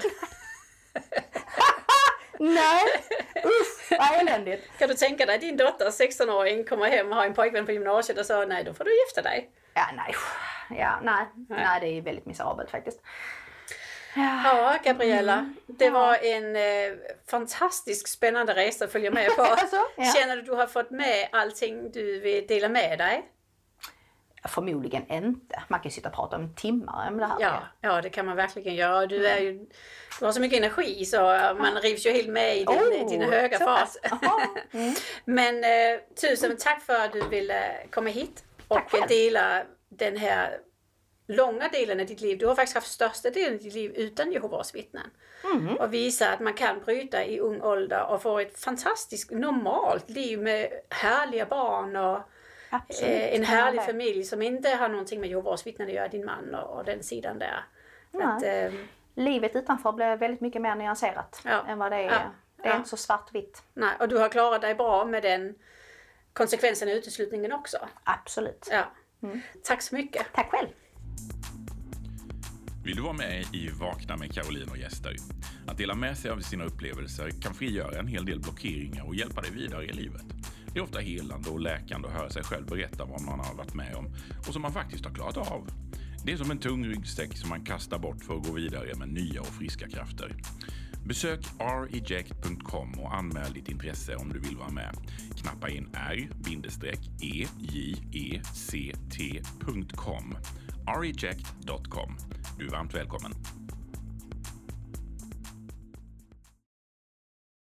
Nej, usch, vad eländigt. Kan du tänka dig din dotter, 16-åring, kommer hem och har en pojkvän på gymnasiet och sa nej, då får du gifta dig. Ja, nej, det är väldigt miserabelt faktiskt. Ja, Gabriella, det var en fantastiskt spännande resa att följa med på. Alltså, ja. Känner du har fått med allting du vill dela med dig? Förmodligen inte. Man kan sitta och prata om timmar om det här. Ja, det kan man verkligen göra. Du har så mycket energi så man rivs ju helt med i din höga fas. Men tusen tack för att du ville komma hit och dela den här långa delen av ditt liv. Du har faktiskt haft största delen av ditt liv utan Jehovas vittnen. Och visa att man kan bryta i ung ålder och få ett fantastiskt normalt liv med härliga barn och en härlig familj som inte har någonting med Jehovas vittnen att göra, din man och den sidan där. Livet utanför blev väldigt mycket mer nyanserat än vad det är. Det är inte så svartvitt. Nej, och du har klarat dig bra med den konsekvensen och uteslutningen också. Absolut. Ja. Tack så mycket. Tack själv. Vill du vara med i Vakna med Caroline och gäster? Att dela med sig av sina upplevelser kan frigöra en hel del blockeringar och hjälpa dig vidare i livet. Det är ofta helande och läkande att höra sig själv berätta vad man har varit med om och som man faktiskt har klarat av. Det är som en tung ryggsäck som man kastar bort för att gå vidare med nya och friska krafter. Besök reject.com och anmäl ditt intresse om du vill vara med. Knappa in r-eject.com. reject.com. Du är varmt välkommen.